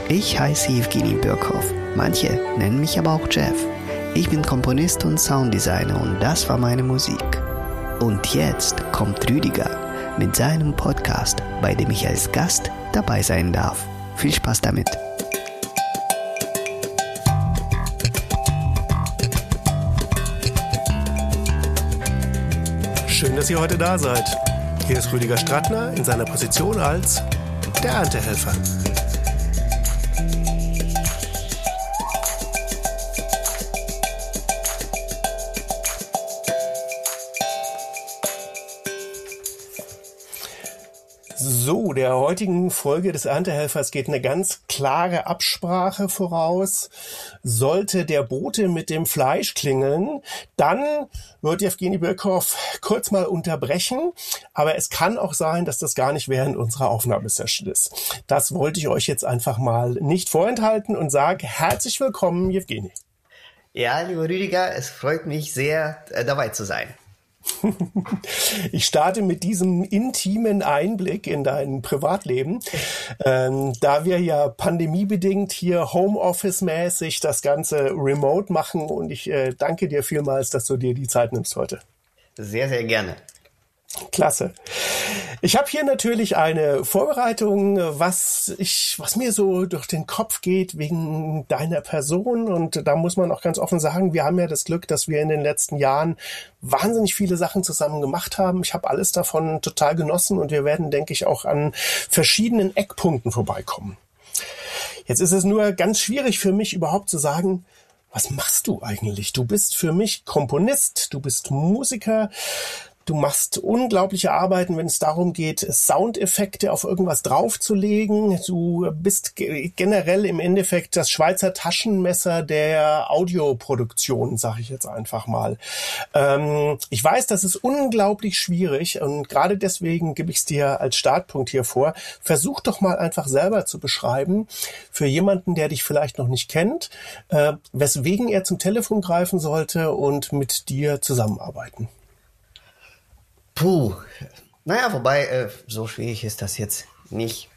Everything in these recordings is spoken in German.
Ich heiße Evgeny Birkhoff, manche nennen mich aber auch Jeff. Ich bin Komponist und Sounddesigner und das war meine Musik. Und jetzt kommt Rüdiger mit seinem Podcast, bei dem ich als Gast dabei sein darf. Viel Spaß damit! Schön, dass ihr heute da seid. Hier ist Rüdiger Strattner in seiner Position als der Erntehelfer. So, der heutigen Folge des Erntehelfers geht eine ganz klare Absprache voraus. Sollte der Bote mit dem Fleisch klingeln, dann wird Evgeny Birkhoff kurz mal unterbrechen. Aber es kann auch sein, dass das gar nicht während unserer Aufnahmesession ist. Das wollte ich euch jetzt einfach mal nicht vorenthalten und sage herzlich willkommen, Evgeny. Ja, lieber Rüdiger, es freut mich sehr, dabei zu sein. Ich starte mit diesem intimen Einblick in dein Privatleben, da wir ja pandemiebedingt hier Homeoffice-mäßig das Ganze remote machen und ich danke dir vielmals, dass du dir die Zeit nimmst heute. Sehr, sehr gerne. Klasse. Ich habe hier natürlich eine Vorbereitung, was mir so durch den Kopf geht wegen deiner Person. Und da muss man auch ganz offen sagen, wir haben ja das Glück, dass wir in den letzten Jahren wahnsinnig viele Sachen zusammen gemacht haben. Ich habe alles davon total genossen und wir werden, denke ich, auch an verschiedenen Eckpunkten vorbeikommen. Jetzt ist es nur ganz schwierig für mich überhaupt zu sagen, was machst du eigentlich? Du bist für mich Komponist, du bist Musiker. Du machst unglaubliche Arbeiten, wenn es darum geht, Soundeffekte auf irgendwas draufzulegen. Du bist generell im Endeffekt das Schweizer Taschenmesser der Audioproduktion, sage ich jetzt einfach mal. Ich weiß, das ist unglaublich schwierig und gerade deswegen gebe ich es dir als Startpunkt hier vor. Versuch doch mal einfach selber zu beschreiben, für jemanden, der dich vielleicht noch nicht kennt, weswegen er zum Telefon greifen sollte und mit dir zusammenarbeiten. Puh, naja, wobei, so schwierig ist das jetzt nicht.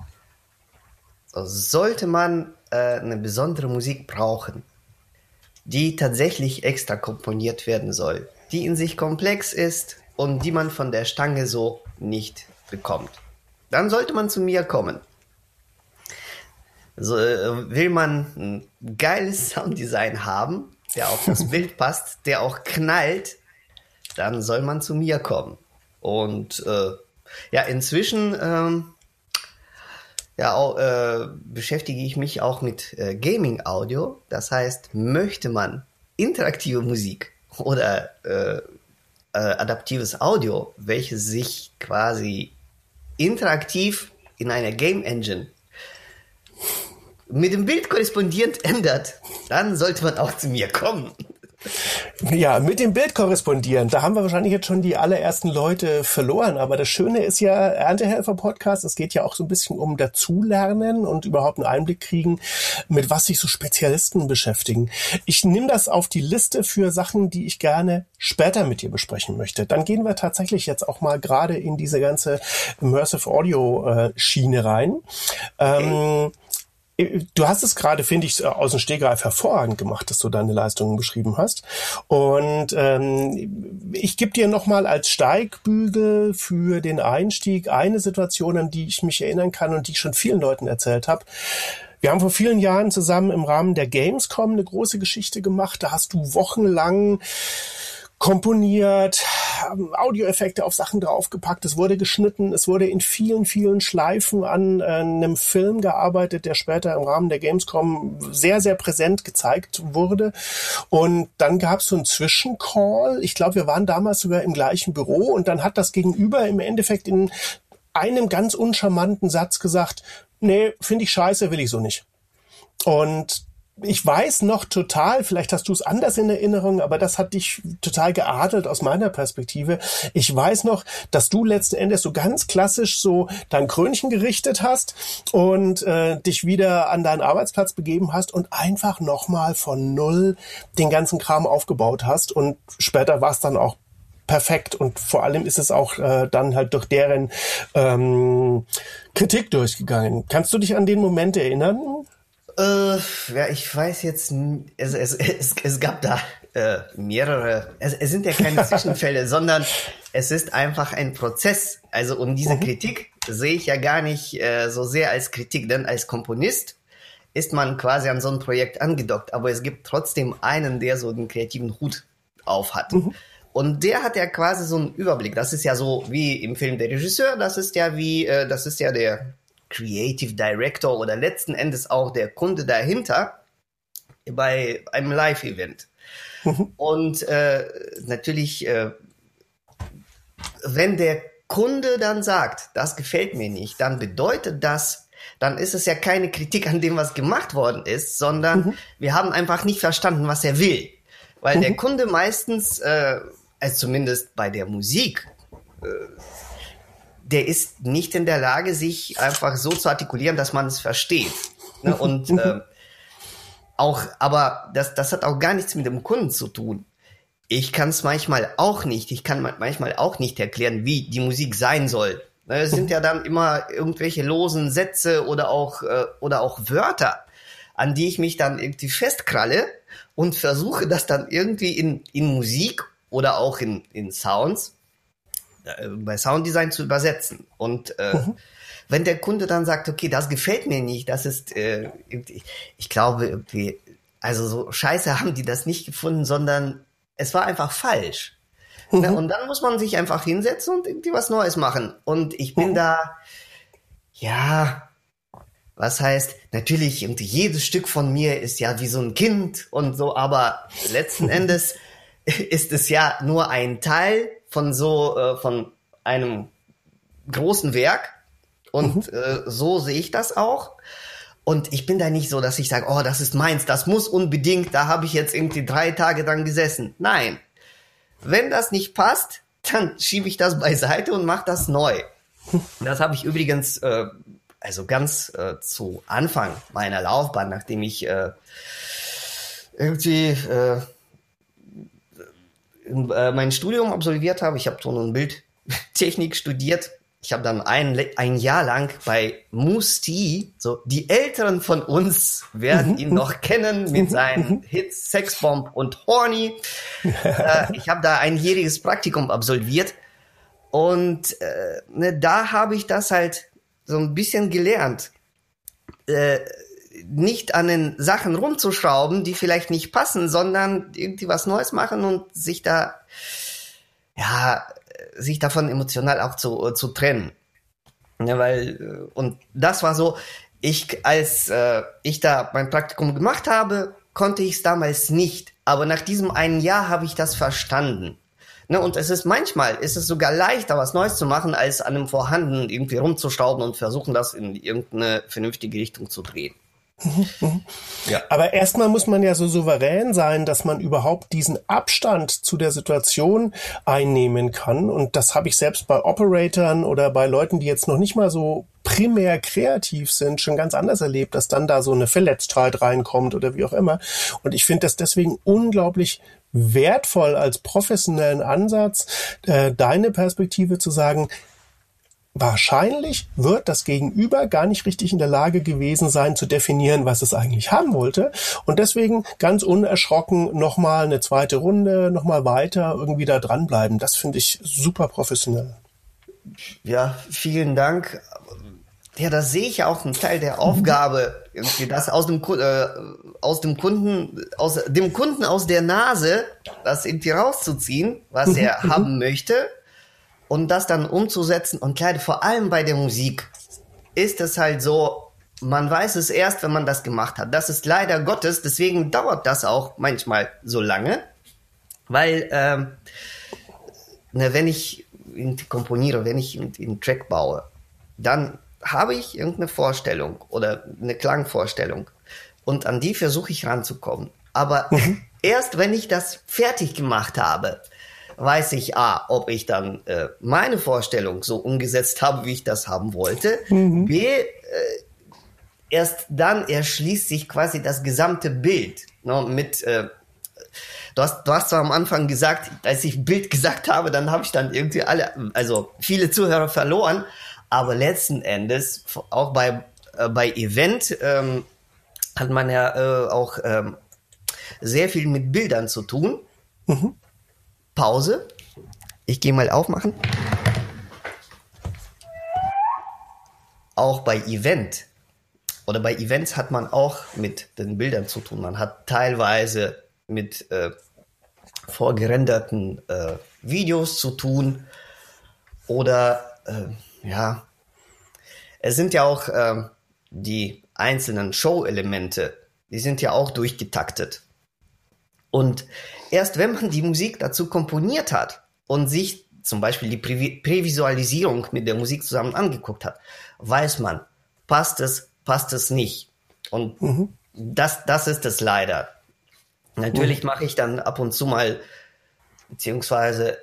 Sollte man eine besondere Musik brauchen, die tatsächlich extra komponiert werden soll, die in sich komplex ist und die man von der Stange so nicht bekommt, dann sollte man zu mir kommen. So, will man ein geiles Sounddesign haben, der auf das Bild passt, der auch knallt, dann soll man zu mir kommen. Und inzwischen beschäftige ich mich auch mit Gaming-Audio. Das heißt, möchte man interaktive Musik oder adaptives Audio, welches sich quasi interaktiv in einer Game Engine mit dem Bild korrespondierend ändert, dann sollte man auch zu mir kommen. Ja, mit dem Bild korrespondieren, da haben wir wahrscheinlich jetzt schon die allerersten Leute verloren, aber das Schöne ist ja, Erntehelfer-Podcast, es geht ja auch so ein bisschen um Dazulernen und überhaupt einen Einblick kriegen, mit was sich so Spezialisten beschäftigen. Ich nehme das auf die Liste für Sachen, die ich gerne später mit dir besprechen möchte. Dann gehen wir tatsächlich jetzt auch mal gerade in diese ganze Immersive Audio Schiene rein. Okay. Du hast es gerade, finde ich, aus dem Stegreif hervorragend gemacht, dass du deine Leistungen beschrieben hast. Und ich gebe dir nochmal als Steigbügel für den Einstieg eine Situation, an die ich mich erinnern kann und die ich schon vielen Leuten erzählt habe. Wir haben vor vielen Jahren zusammen im Rahmen der Gamescom eine große Geschichte gemacht. Da hast du wochenlang komponiert, Audioeffekte auf Sachen draufgepackt, es wurde geschnitten, es wurde in vielen, vielen Schleifen an einem Film gearbeitet, der später im Rahmen der Gamescom sehr, sehr präsent gezeigt wurde. Und dann gab es so einen Zwischencall. Ich glaube, wir waren damals sogar im gleichen Büro und dann hat das Gegenüber im Endeffekt in einem ganz uncharmanten Satz gesagt, nee, finde ich scheiße, will ich so nicht. Und ich weiß noch total, vielleicht hast du es anders in Erinnerung, aber das hat dich total geadelt aus meiner Perspektive. Ich weiß noch, dass du letzten Endes so ganz klassisch so dein Krönchen gerichtet hast und dich wieder an deinen Arbeitsplatz begeben hast und einfach nochmal von null den ganzen Kram aufgebaut hast und später war es dann auch perfekt und vor allem ist es auch dann halt durch deren Kritik durchgegangen. Kannst du dich an den Moment erinnern? Ja, ich weiß jetzt, es gab da mehrere, es sind ja keine Zwischenfälle, sondern es ist einfach ein Prozess. Also und diese Kritik sehe ich ja gar nicht so sehr als Kritik, denn als Komponist ist man quasi an so ein Projekt angedockt, aber es gibt trotzdem einen, der so den kreativen Hut auf hat. Und der hat ja quasi so einen Überblick. Das ist ja so wie im Film der Regisseur, das ist ja der Creative Director oder letzten Endes auch der Kunde dahinter bei einem Live-Event. Und natürlich, wenn der Kunde dann sagt, das gefällt mir nicht, dann bedeutet das, dann ist es ja keine Kritik an dem, was gemacht worden ist, sondern wir haben einfach nicht verstanden, was er will. Weil der Kunde meistens, also zumindest bei der Musik, der ist nicht in der Lage, sich einfach so zu artikulieren, dass man es versteht. Ne? Und aber das hat auch gar nichts mit dem Kunden zu tun. Ich kann es manchmal auch nicht. Ich kann manchmal auch nicht erklären, wie die Musik sein soll. Es sind ja dann immer irgendwelche losen Sätze oder auch Wörter, an die ich mich dann irgendwie festkralle und versuche, das dann irgendwie in Musik oder auch in Sounds, bei Sounddesign zu übersetzen. Und wenn der Kunde dann sagt, okay, das gefällt mir nicht, das ist, ich glaube irgendwie, also so scheiße haben die das nicht gefunden, sondern es war einfach falsch. Ne? Und dann muss man sich einfach hinsetzen und irgendwie was Neues machen. Und ich bin da, ja, was heißt, natürlich, irgendwie jedes Stück von mir ist ja wie so ein Kind und so, aber letzten Endes ist es ja nur ein Teil von von einem großen Werk. Und so sehe ich das auch. Und ich bin da nicht so, dass ich sage, oh, das ist meins, das muss unbedingt, da habe ich jetzt irgendwie 3 Tage dran gesessen. Nein. Wenn das nicht passt, dann schiebe ich das beiseite und mache das neu. Das habe ich übrigens also ganz zu Anfang meiner Laufbahn, nachdem ich mein Studium absolviert habe. Ich habe Ton- und Bildtechnik studiert. Ich habe dann ein Jahr lang bei Musti, so die Älteren von uns werden ihn noch kennen mit seinen Hits Sexbomb und Horny. Ich habe da ein jähriges Praktikum absolviert und da habe ich das halt so ein bisschen gelernt. Nicht an den Sachen rumzuschrauben, die vielleicht nicht passen, sondern irgendwie was Neues machen und sich davon emotional auch zu trennen. Ja, weil, und das war so, als ich da mein Praktikum gemacht habe, konnte ich es damals nicht. Aber nach diesem einen Jahr habe ich das verstanden. Ne, und manchmal ist es sogar leichter, was Neues zu machen, als an einem Vorhandenen irgendwie rumzuschrauben und versuchen, das in irgendeine vernünftige Richtung zu drehen. Ja. Aber erstmal muss man ja so souverän sein, dass man überhaupt diesen Abstand zu der Situation einnehmen kann. Und das habe ich selbst bei Operatoren oder bei Leuten, die jetzt noch nicht mal so primär kreativ sind, schon ganz anders erlebt, dass dann da so eine Verletztheit reinkommt oder wie auch immer. Und ich finde das deswegen unglaublich wertvoll als professionellen Ansatz, deine Perspektive zu sagen, wahrscheinlich wird das Gegenüber gar nicht richtig in der Lage gewesen sein, zu definieren, was es eigentlich haben wollte. Und deswegen ganz unerschrocken nochmal eine zweite Runde, nochmal weiter irgendwie da dranbleiben. Das finde ich super professionell. Ja, vielen Dank. Ja, da sehe ich auch einen Teil der Aufgabe, irgendwie das aus dem Kunden aus der Nase, das irgendwie rauszuziehen, was er haben möchte. Und das dann umzusetzen und klar, vor allem bei der Musik ist es halt so, man weiß es erst, wenn man das gemacht hat. Das ist leider Gottes, deswegen dauert das auch manchmal so lange, weil wenn ich komponiere, wenn ich einen Track baue, dann habe ich irgendeine Vorstellung oder eine Klangvorstellung und an die versuche ich ranzukommen. Aber erst wenn ich das fertig gemacht habe, weiß ich A, ob ich dann meine Vorstellung so umgesetzt habe, wie ich das haben wollte. B, erst dann erschließt sich quasi das gesamte Bild. Ne, du hast zwar am Anfang gesagt, als ich Bild gesagt habe, dann habe ich dann irgendwie viele Zuhörer verloren, aber letzten Endes, auch bei Event, hat man ja auch sehr viel mit Bildern zu tun. Mhm. Pause. Ich gehe mal aufmachen. Auch bei Event oder bei Events hat man auch mit den Bildern zu tun. Man hat teilweise mit vorgerenderten Videos zu tun oder es sind ja auch die einzelnen Show-Elemente, die sind ja auch durchgetaktet. Und erst wenn man die Musik dazu komponiert hat und sich zum Beispiel die Prävisualisierung mit der Musik zusammen angeguckt hat, weiß man, passt es nicht. Und das ist es leider. Natürlich mache ich dann ab und zu mal, beziehungsweise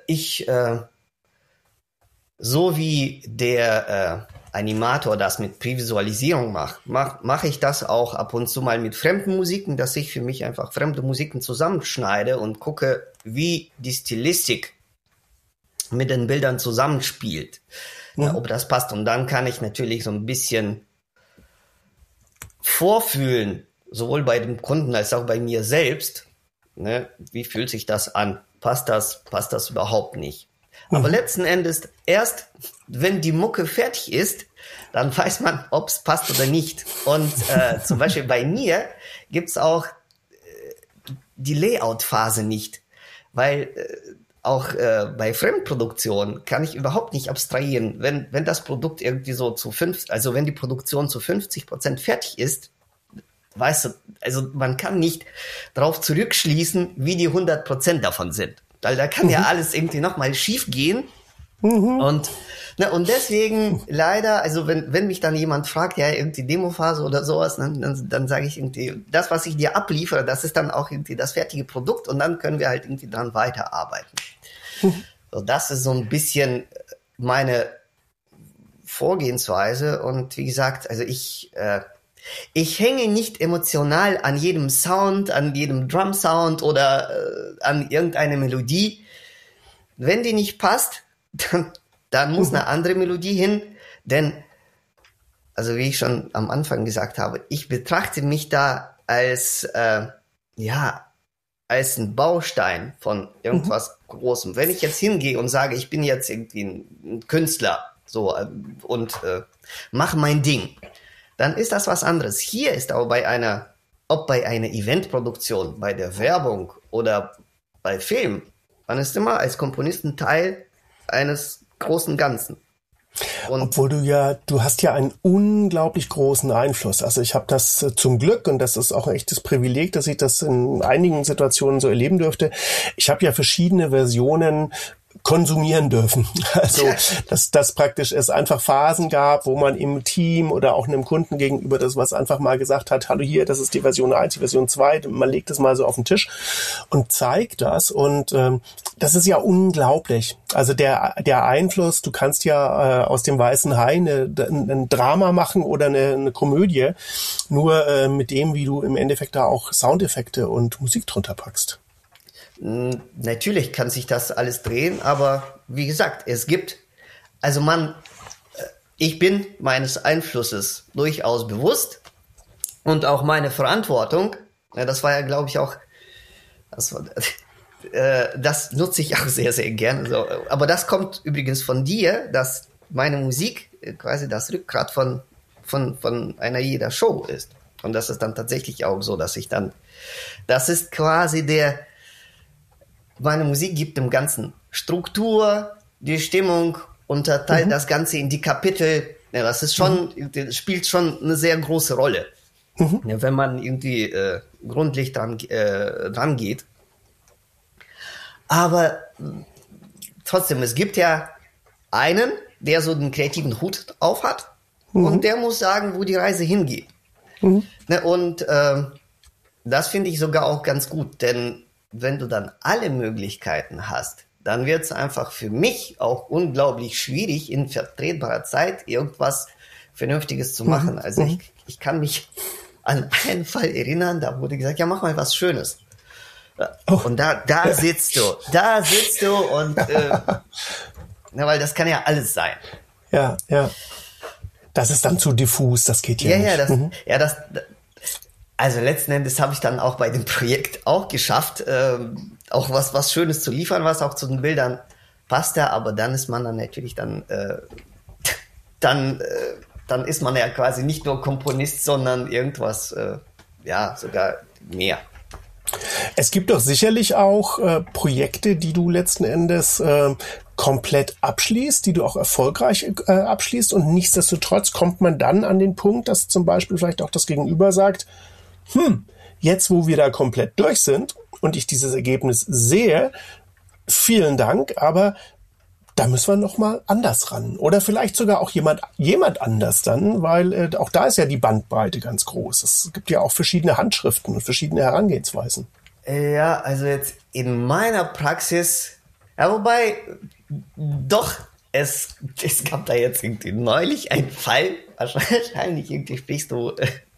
so wie der Animator das mit Prävisualisierung mache ich das auch ab und zu mal mit fremden Musiken, dass ich für mich einfach fremde Musiken zusammenschneide und gucke, wie die Stilistik mit den Bildern zusammenspielt, ob das passt. Und dann kann ich natürlich so ein bisschen vorfühlen, sowohl bei dem Kunden als auch bei mir selbst, ne, wie fühlt sich das an? Passt das überhaupt nicht? Aber letzten Endes, erst wenn die Mucke fertig ist, dann weiß man, ob es passt oder nicht. Und zum Beispiel bei mir gibt's auch die Layout-Phase nicht, weil auch bei Fremdproduktion kann ich überhaupt nicht abstrahieren. Wenn das Produkt irgendwie so wenn die Produktion zu 50% fertig ist, weißt du, also man kann nicht darauf zurückschließen, wie die 100% davon sind. Weil da kann ja alles irgendwie nochmal schief gehen. Und deswegen leider, also wenn mich dann jemand fragt, ja, irgendwie Demophase oder sowas, dann sage ich irgendwie, das, was ich dir abliefere, das ist dann auch irgendwie das fertige Produkt und dann können wir halt irgendwie dran weiterarbeiten. So, das ist so ein bisschen meine Vorgehensweise und wie gesagt, also ich hänge nicht emotional an jedem Sound, an jedem Drum-Sound oder an irgendeine Melodie. Wenn die nicht passt, dann muss eine andere Melodie hin, denn, also wie ich schon am Anfang gesagt habe, ich betrachte mich da als ein Baustein von irgendwas Großem. Wenn ich jetzt hingehe und sage, ich bin jetzt irgendwie ein Künstler, so, und mache mein Ding, dann ist das was anderes. Hier ist aber bei einer Eventproduktion, bei der Werbung oder bei Film, man ist immer als Komponist ein Teil eines großen Ganzen. Und obwohl du hast ja einen unglaublich großen Einfluss. Also ich habe das zum Glück, und das ist auch ein echtes Privileg, dass ich das in einigen Situationen so erleben dürfte. Ich habe ja verschiedene Versionen konsumieren dürfen. Also, dass praktisch es einfach Phasen gab, wo man im Team oder auch einem Kunden gegenüber das was einfach mal gesagt hat, hallo hier, das ist die Version 1, die Version 2, man legt es mal so auf den Tisch und zeigt das und das ist ja unglaublich. Also der Einfluss, du kannst ja aus dem Weißen Hai ein Drama machen oder eine Komödie, nur mit dem, wie du im Endeffekt da auch Soundeffekte und Musik drunter packst. Natürlich kann sich das alles drehen, aber wie gesagt, ich bin meines Einflusses durchaus bewusst und auch meine Verantwortung, das war ja, glaube ich, auch, das nutze ich auch sehr, sehr gerne. So. Aber das kommt übrigens von dir, dass meine Musik quasi das Rückgrat von einer jeder Show ist. Und das ist dann tatsächlich auch so, das ist quasi meine Musik gibt dem Ganzen Struktur, die Stimmung, unterteilt das Ganze in die Kapitel. Ja, das ist spielt schon eine sehr große Rolle, ja, wenn man irgendwie gründlich dran geht. Aber trotzdem, es gibt ja einen, der so den kreativen Hut auf hat und der muss sagen, wo die Reise hingeht. Ne, und das finde ich sogar auch ganz gut, denn wenn du dann alle Möglichkeiten hast, dann wird es einfach für mich auch unglaublich schwierig, in vertretbarer Zeit irgendwas Vernünftiges zu machen. Also ich kann mich an einen Fall erinnern, da wurde gesagt, ja, mach mal was Schönes. Und da sitzt du und weil das kann ja alles sein. Ja. Das ist dann zu diffus, das geht ja nicht. Also letzten Endes habe ich dann auch bei dem Projekt auch geschafft, auch was Schönes zu liefern, was auch zu den Bildern passte, aber dann ist man dann natürlich dann ist man ja quasi nicht nur Komponist, sondern irgendwas, sogar mehr. Es gibt doch sicherlich auch Projekte, die du letzten Endes komplett abschließt, die du auch erfolgreich abschließt, und nichtsdestotrotz kommt man dann an den Punkt, dass zum Beispiel vielleicht auch das Gegenüber sagt, jetzt wo wir da komplett durch sind und ich dieses Ergebnis sehe, vielen Dank, aber da müssen wir noch mal anders ran. Oder vielleicht sogar auch jemand anders dann, weil auch da ist ja die Bandbreite ganz groß. Es gibt ja auch verschiedene Handschriften und verschiedene Herangehensweisen. Ja, also jetzt in meiner Praxis, wobei doch, es gab da jetzt irgendwie neulich einen Fall, wahrscheinlich irgendwie sprichst du,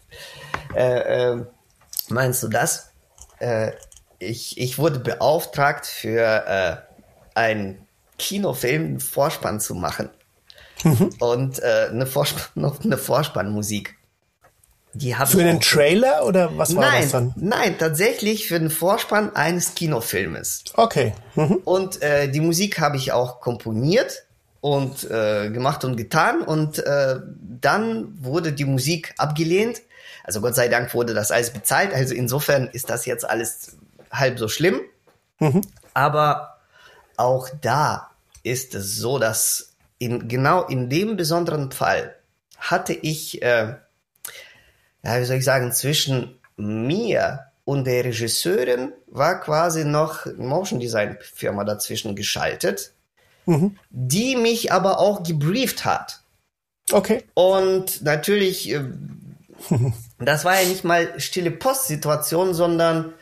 meinst du das? Ich wurde beauftragt für einen Kinofilm einen Vorspann zu machen und eine Vorspannmusik. Die habe für einen Trailer oder was war das dann? Nein, tatsächlich für den Vorspann eines Kinofilmes. Okay. Und die Musik habe ich auch komponiert und gemacht und getan, und dann wurde die Musik abgelehnt. Also Gott sei Dank wurde das alles bezahlt, also insofern ist das jetzt alles halb so schlimm. Aber auch da ist es so, dass genau in dem besonderen Fall hatte ich, wie soll ich sagen, zwischen mir und der Regisseurin war quasi noch eine Motion Design Firma dazwischen geschaltet, die mich aber auch gebrieft hat. Okay. Und natürlich, das war ja nicht mal stille Postsituation, sondern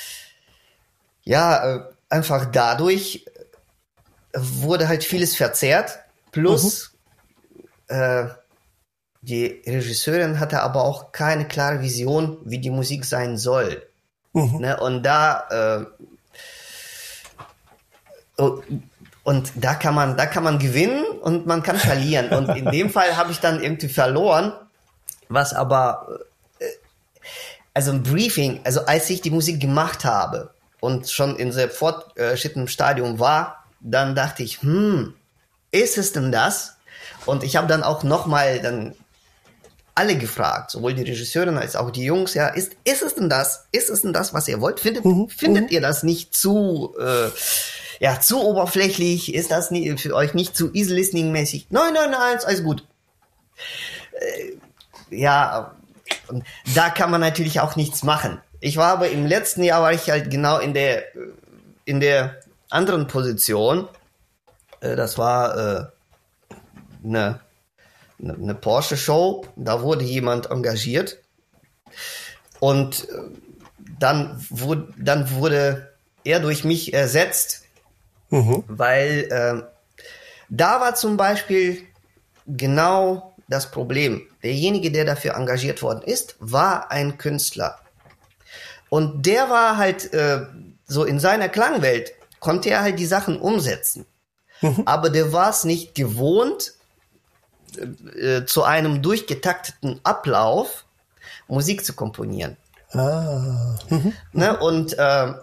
einfach dadurch wurde halt vieles verzerrt, plus die Regisseurin hatte aber auch keine klare Vision, wie die Musik sein soll. Ne? Und da kann man gewinnen und man kann verlieren. Und in dem Fall habe ich dann irgendwie verloren, was aber also ein Briefing, also als ich die Musik gemacht habe und schon in sehr fortschrittendem Stadium war, dann dachte ich, ist es denn das? Und ich habe dann auch nochmal dann alle gefragt, sowohl die Regisseurin als auch die Jungs, ist es denn das? Ist es denn das, was ihr wollt? Findet ihr das nicht zu oberflächlich? Ist das für euch nicht zu easy-listening-mäßig? Nein, alles gut. Und da kann man natürlich auch nichts machen. Im letzten Jahr war ich halt genau in der anderen Position. Das war eine Porsche-Show. Da wurde jemand engagiert. Und dann wurde er durch mich ersetzt, weil da war zum Beispiel genau das Problem. Derjenige, der dafür engagiert worden ist, war ein Künstler. Und der war halt so in seiner Klangwelt, konnte er halt die Sachen umsetzen. Aber der war es nicht gewohnt, zu einem durchgetakteten Ablauf Musik zu komponieren. Ne? Und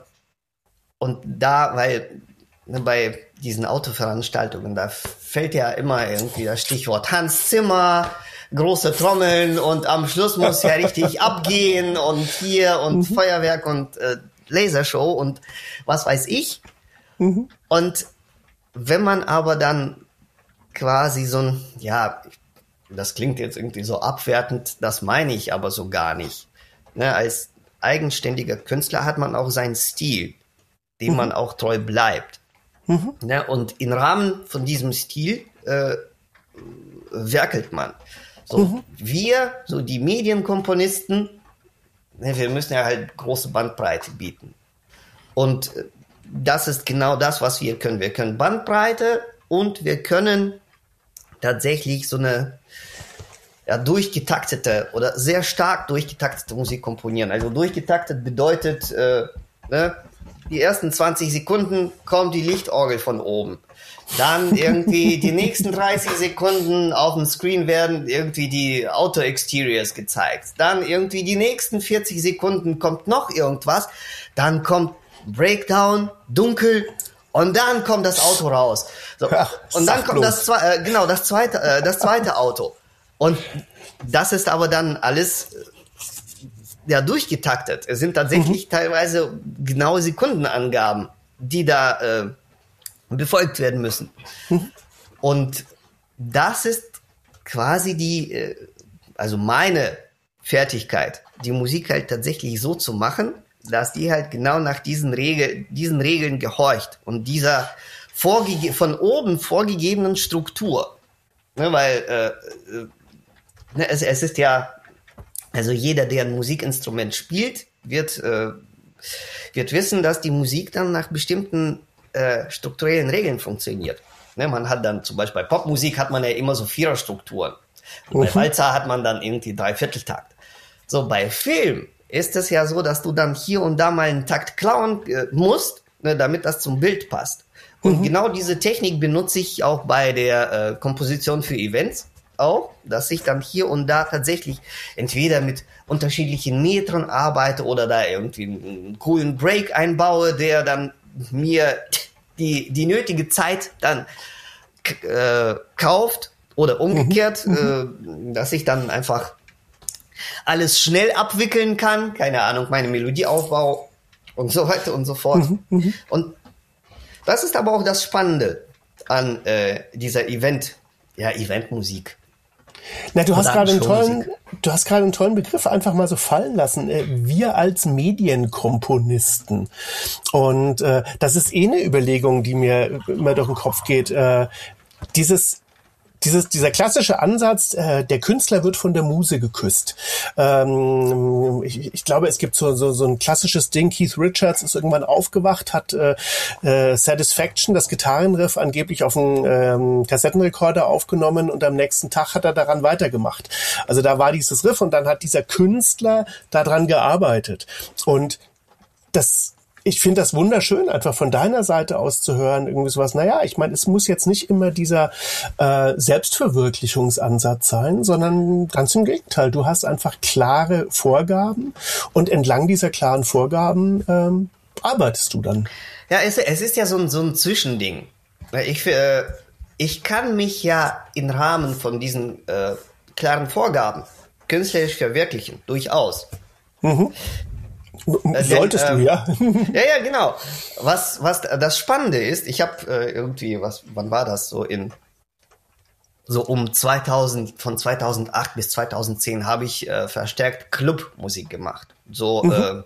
da, weil bei diesen Autoveranstaltungen, da fällt ja immer irgendwie das Stichwort Hans Zimmer, große Trommeln, und am Schluss muss ja richtig abgehen und hier und Feuerwerk und Lasershow und was weiß ich. Und wenn man aber dann quasi das klingt jetzt irgendwie so abwertend, das meine ich aber so gar nicht. Ne, als eigenständiger Künstler hat man auch seinen Stil, dem man auch treu bleibt. Ne, und im Rahmen von diesem Stil werkelt man. So, wir, so die Medienkomponisten, ne, wir müssen ja halt große Bandbreite bieten. Und das ist genau das, was wir können. Wir können Bandbreite und wir können tatsächlich so eine durchgetaktete oder sehr stark durchgetaktete Musik komponieren. Also durchgetaktet bedeutet, die ersten 20 Sekunden kommt die Lichtorgel von oben. Dann irgendwie die nächsten 30 Sekunden auf dem Screen werden irgendwie die Auto-Exteriors gezeigt. Dann irgendwie die nächsten 40 Sekunden kommt noch irgendwas. Dann kommt Breakdown, dunkel und dann kommt das Auto raus. So. Ach, und dann kommt das zweite Auto. Und das ist aber dann alles durchgetaktet. Es sind tatsächlich teilweise genaue Sekundenangaben, die da befolgt werden müssen. Und das ist quasi also meine Fertigkeit, die Musik halt tatsächlich so zu machen, dass die halt genau nach diesen Regeln gehorcht und dieser von oben vorgegebenen Struktur. Ne, weil es ist ja, also jeder, der ein Musikinstrument spielt, wird wissen, dass die Musik dann nach bestimmten strukturellen Regeln funktioniert. Ne, man hat dann zum Beispiel bei Popmusik hat man ja immer so Viererstrukturen. Und bei Walzer hat man dann irgendwie Dreivierteltakt. So, bei Film ist es ja so, dass du dann hier und da mal einen Takt klauen musst, ne, damit das zum Bild passt. Und genau diese Technik benutze ich auch bei der Komposition für Events auch, dass ich dann hier und da tatsächlich entweder mit unterschiedlichen Metern arbeite oder da irgendwie einen coolen Break einbaue, der dann mir die nötige Zeit dann kauft oder umgekehrt, dass ich dann einfach alles schnell abwickeln kann, keine Ahnung, meine Melodieaufbau und so weiter und so fort. Und das ist aber auch das Spannende an dieser Eventmusik. Na, du hast gerade einen tollen Begriff einfach mal so fallen lassen. Wir als Medienkomponisten. Und das ist eine Überlegung, die mir immer durch den Kopf geht. Dieser klassische Ansatz, der Künstler wird von der Muse geküsst. Ich glaube, es gibt so ein klassisches Ding. Keith Richards ist irgendwann aufgewacht, hat Satisfaction, das Gitarrenriff, angeblich auf einen Kassettenrekorder aufgenommen und am nächsten Tag hat er daran weitergemacht. Also da war dieses Riff und dann hat dieser Künstler daran gearbeitet. Und ich finde das wunderschön, einfach von deiner Seite aus zu hören, irgendwie sowas, naja, ich meine, es muss jetzt nicht immer dieser Selbstverwirklichungsansatz sein, sondern ganz im Gegenteil, du hast einfach klare Vorgaben und entlang dieser klaren Vorgaben arbeitest du dann. Ja, es ist ja so ein Zwischending. Ich kann mich ja im Rahmen von diesen klaren Vorgaben künstlerisch verwirklichen, durchaus. Solltest du, ja. Ja, genau. Was das Spannende ist, ich habe wann war das? So um 2008 bis 2010 habe ich verstärkt Clubmusik gemacht. So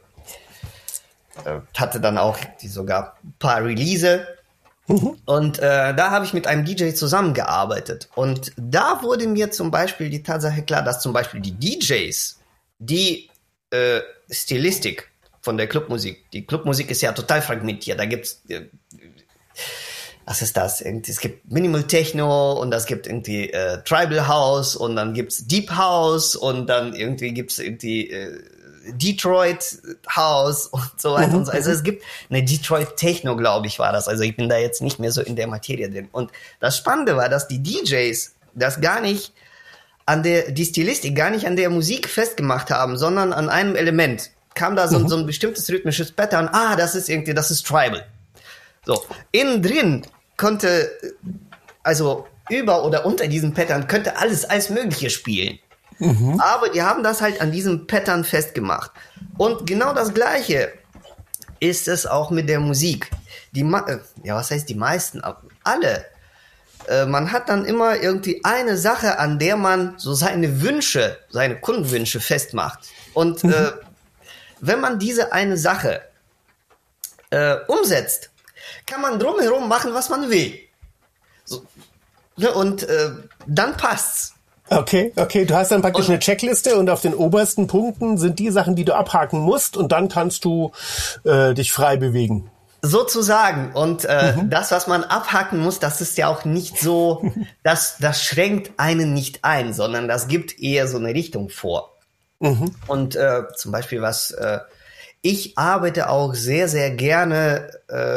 hatte dann auch sogar ein paar Release. Und da habe ich mit einem DJ zusammengearbeitet. Und da wurde mir zum Beispiel die Tatsache klar, dass zum Beispiel die DJs, die Stilistik von der Clubmusik. Die Clubmusik ist ja total fragmentiert. Da gibt's, was ist das? Es gibt Minimal Techno und es gibt irgendwie Tribal House und dann gibt's Deep House und dann irgendwie gibt's irgendwie Detroit House und so weiter und so. Also es gibt eine Detroit Techno, glaube ich, war das. Also ich bin da jetzt nicht mehr so in der Materie drin. Und das Spannende war, dass die DJs das gar nicht die Stilistik gar nicht an der Musik festgemacht haben, sondern an einem Element. Kam da so ein bestimmtes rhythmisches Pattern. Das ist Tribal. So. Innen drin konnte, also über oder unter diesem Pattern könnte alles Mögliche spielen. Aber die haben das halt an diesem Pattern festgemacht. Und genau das Gleiche ist es auch mit der Musik. Was heißt die meisten? Alle. Man hat dann immer irgendwie eine Sache, an der man so seine Kundenwünsche festmacht. Und wenn man diese eine Sache umsetzt, kann man drumherum machen, was man will. So, ne, und dann passt's. Okay, du hast dann praktisch eine Checkliste und auf den obersten Punkten sind die Sachen, die du abhaken musst und dann kannst du dich frei bewegen. Sozusagen. Und das, was man abhaken muss, das ist ja auch nicht so, das schränkt einen nicht ein, sondern das gibt eher so eine Richtung vor. Und zum Beispiel, was ich arbeite auch sehr, sehr gerne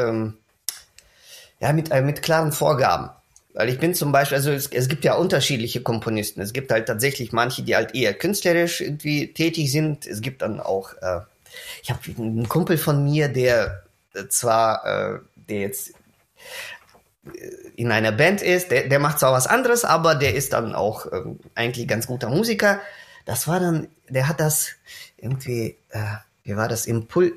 mit klaren Vorgaben. Weil ich bin zum Beispiel, also es gibt ja unterschiedliche Komponisten. Es gibt halt tatsächlich manche, die halt eher künstlerisch irgendwie tätig sind. Es gibt dann auch, ich habe einen Kumpel von mir, der jetzt in einer Band ist, der macht zwar was anderes, aber der ist dann auch eigentlich ganz guter Musiker. Das war dann, der hat das irgendwie, wie war das,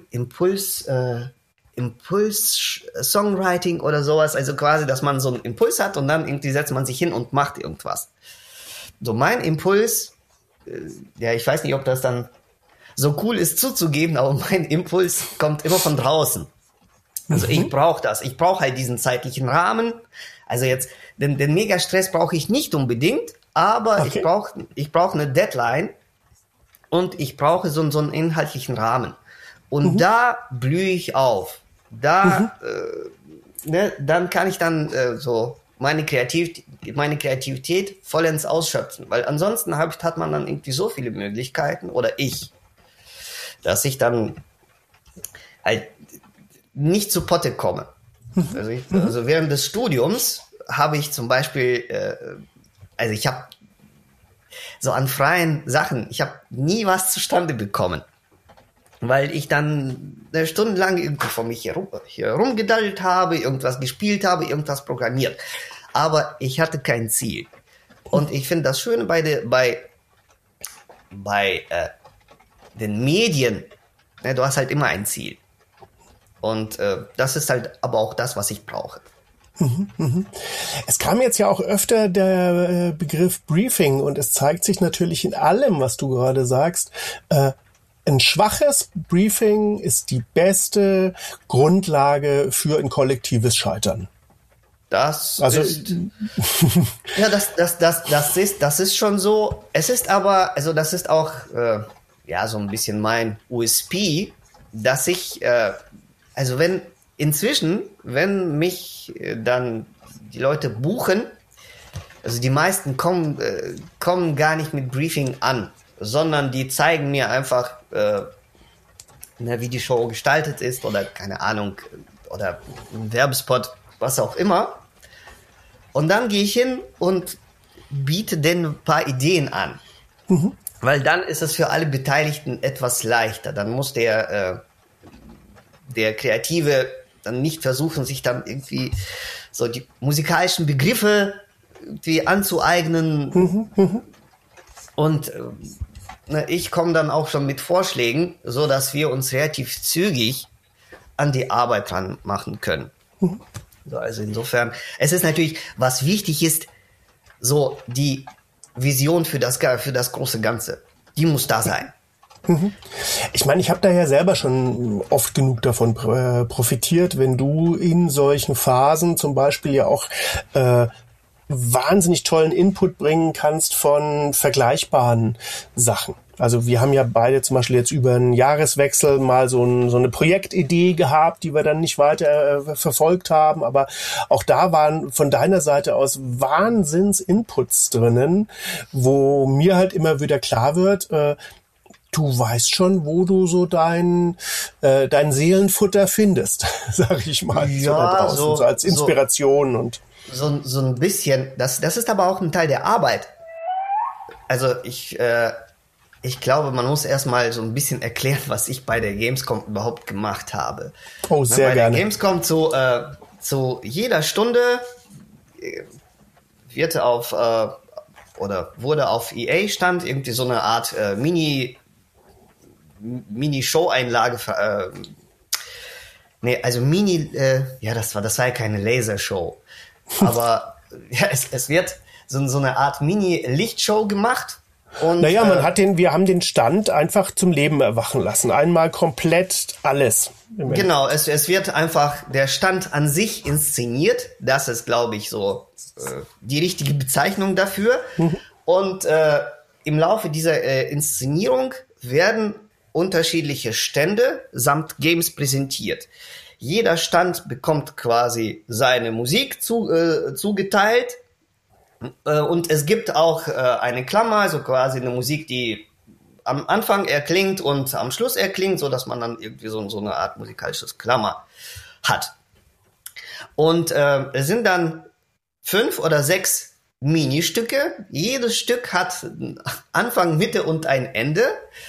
Impuls-Songwriting oder sowas, also quasi, dass man so einen Impuls hat und dann irgendwie setzt man sich hin und macht irgendwas. So mein Impuls, ich weiß nicht, ob das dann so cool ist zuzugeben, aber mein Impuls kommt immer von draußen. Also ich brauche das. Ich brauche halt diesen zeitlichen Rahmen. Also jetzt, den Megastress brauche ich nicht unbedingt, aber okay. ich brauche eine Deadline und ich brauche so einen inhaltlichen Rahmen. Und da blühe ich auf. Da, dann kann ich dann so meine Kreativität vollends ausschöpfen. Weil ansonsten hat man dann irgendwie so viele Möglichkeiten, dass ich dann halt nicht zu Potte komme. Also während des Studiums habe ich zum Beispiel, ich habe so an freien Sachen, ich habe nie was zustande bekommen. Weil ich dann stundenlang irgendwie vor mich hier rumgedaddelt habe, irgendwas gespielt habe, irgendwas programmiert. Aber ich hatte kein Ziel. Und ich finde das Schöne bei den Medien, du hast halt immer ein Ziel. Und das ist halt aber auch das, was ich brauche. Es kam jetzt ja auch öfter der Begriff Briefing und es zeigt sich natürlich in allem, was du gerade sagst, ein schwaches Briefing ist die beste Grundlage für ein kollektives Scheitern. Das ist schon so. Es ist aber, also das ist auch so ein bisschen mein USP, dass ich, wenn mich dann die Leute buchen, also die meisten kommen gar nicht mit Briefing an, sondern die zeigen mir einfach, wie die Show gestaltet ist oder keine Ahnung, oder ein Werbespot, was auch immer. Und dann gehe ich hin und biete denen ein paar Ideen an. Weil dann ist es für alle Beteiligten etwas leichter. Dann muss der Kreative dann nicht versuchen, sich dann irgendwie so die musikalischen Begriffe irgendwie anzueignen. Und ich komme dann auch schon mit Vorschlägen, so dass wir uns relativ zügig an die Arbeit dran machen können. So, also insofern, es ist natürlich, was wichtig ist, so die Vision für das große Ganze, die muss da sein. Ich meine, ich habe da ja selber schon oft genug davon profitiert, wenn du in solchen Phasen zum Beispiel ja auch wahnsinnig tollen Input bringen kannst von vergleichbaren Sachen. Also wir haben ja beide zum Beispiel jetzt über einen Jahreswechsel mal so eine Projektidee gehabt, die wir dann nicht weiter verfolgt haben, aber auch da waren von deiner Seite aus Wahnsinns-Inputs drinnen, wo mir halt immer wieder klar wird, du weißt schon, wo du so dein Seelenfutter findest, sag ich mal, so da draußen, so als Inspiration und so ein bisschen. Das ist aber auch ein Teil der Arbeit. Also ich glaube, man muss erstmal so ein bisschen erklären, was ich bei der Gamescom überhaupt gemacht habe. Oh, sehr gerne. Bei der Gamescom zu jeder Stunde wurde auf EA-Stand irgendwie so eine Art Mini-Show-Einlage das war ja keine Lasershow. Aber ja, es wird so eine Art Mini-Lichtshow gemacht. Und, wir haben den Stand einfach zum Leben erwachen lassen. Einmal komplett alles. Genau, es wird einfach der Stand an sich inszeniert. Das ist, glaube ich, so die richtige Bezeichnung dafür. Und im Laufe dieser Inszenierung werden unterschiedliche Stände samt Games präsentiert. Jeder Stand bekommt quasi seine Musik zugeteilt. Und es gibt auch eine Klammer, also quasi eine Musik, die am Anfang erklingt und am Schluss erklingt, so dass man dann irgendwie so eine Art musikalisches Klammer hat. Und es sind dann 5 oder 6 Ministücke. Jedes Stück hat Anfang, Mitte und ein Ende.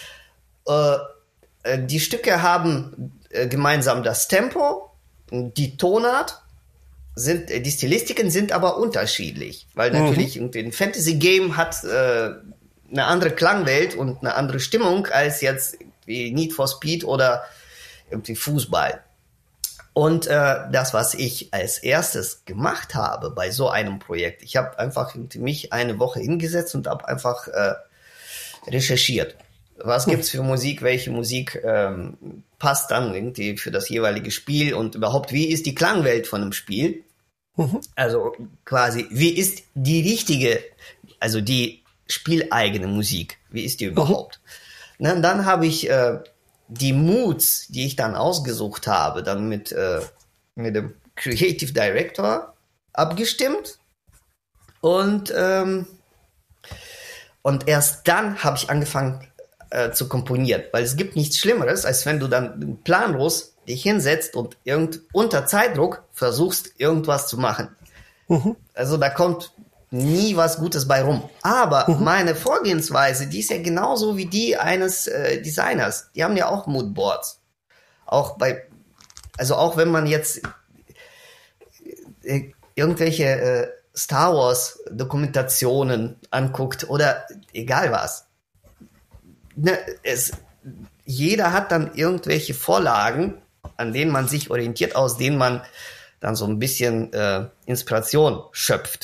Die Stücke haben gemeinsam das Tempo, die Tonart, die Stilistiken sind aber unterschiedlich, weil natürlich ein Fantasy-Game hat eine andere Klangwelt und eine andere Stimmung als jetzt wie Need for Speed oder irgendwie Fußball. Und das, was ich als erstes gemacht habe bei so einem Projekt, ich habe einfach mich eine Woche hingesetzt und habe einfach recherchiert. Was gibt's für Musik? Welche Musik passt dann irgendwie für das jeweilige Spiel? Und überhaupt, wie ist die Klangwelt von einem Spiel? Also quasi, wie ist die richtige, also die spieleigene Musik? Wie ist die überhaupt? Na, dann habe ich die Moods, die ich dann ausgesucht habe, dann mit dem Creative Director abgestimmt. Und erst dann habe ich angefangen zu komponieren, weil es gibt nichts Schlimmeres, als wenn du dann planlos dich hinsetzt und unter Zeitdruck versuchst, irgendwas zu machen. Also da kommt nie was Gutes bei rum. Aber meine Vorgehensweise, die ist ja genauso wie die eines Designers. Die haben ja auch Moodboards. Auch wenn man jetzt irgendwelche Star Wars Dokumentationen anguckt oder egal was. Jeder hat dann irgendwelche Vorlagen, an denen man sich orientiert, aus denen man dann so ein bisschen Inspiration schöpft.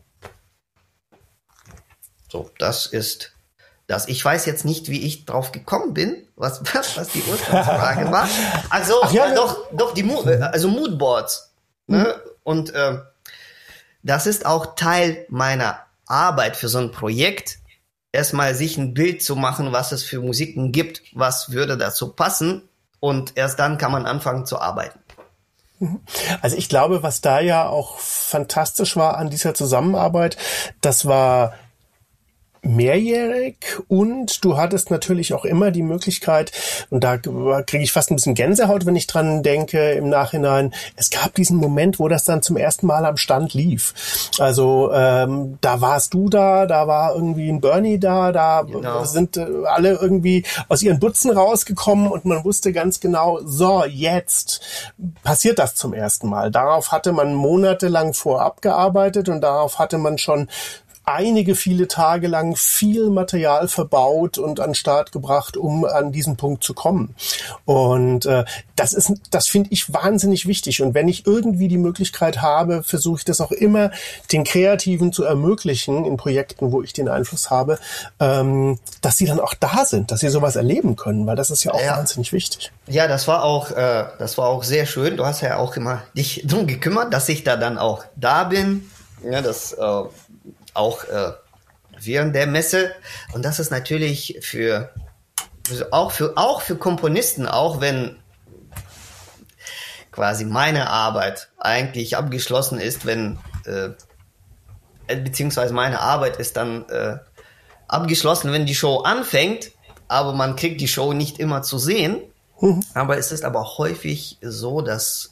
So, das ist das. Ich weiß jetzt nicht, wie ich drauf gekommen bin, was die Ursprungsfrage war. Also, doch, die Moodboards. Ne? Und das ist auch Teil meiner Arbeit für so ein Projekt, erstmal sich ein Bild zu machen, was es für Musiken gibt, was würde dazu passen, und erst dann kann man anfangen zu arbeiten. Also ich glaube, was da ja auch fantastisch war an dieser Zusammenarbeit, das war mehrjährig und du hattest natürlich auch immer die Möglichkeit, und da kriege ich fast ein bisschen Gänsehaut, wenn ich dran denke im Nachhinein, es gab diesen Moment, wo das dann zum ersten Mal am Stand lief. Also da warst du da war irgendwie ein Bernie da genau. Sind alle irgendwie aus ihren Butzen rausgekommen und man wusste ganz genau, so, jetzt passiert das zum ersten Mal. Darauf hatte man monatelang vorab gearbeitet und darauf hatte man schon viele Tage lang viel Material verbaut und an den Start gebracht, um an diesen Punkt zu kommen. Und das finde ich wahnsinnig wichtig. Und wenn ich irgendwie die Möglichkeit habe, versuche ich das auch immer den Kreativen zu ermöglichen in Projekten, wo ich den Einfluss habe, dass sie dann auch da sind, dass sie sowas erleben können, weil das ist ja auch wahnsinnig wichtig. Ja, das war auch sehr schön. Du hast ja auch immer dich drum gekümmert, dass ich dann auch da bin. Ja, das auch während der Messe. Und das ist natürlich auch für Komponisten, auch wenn quasi meine Arbeit eigentlich abgeschlossen ist, beziehungsweise meine Arbeit ist dann abgeschlossen, wenn die Show anfängt, aber man kriegt die Show nicht immer zu sehen. Aber es ist aber häufig so, dass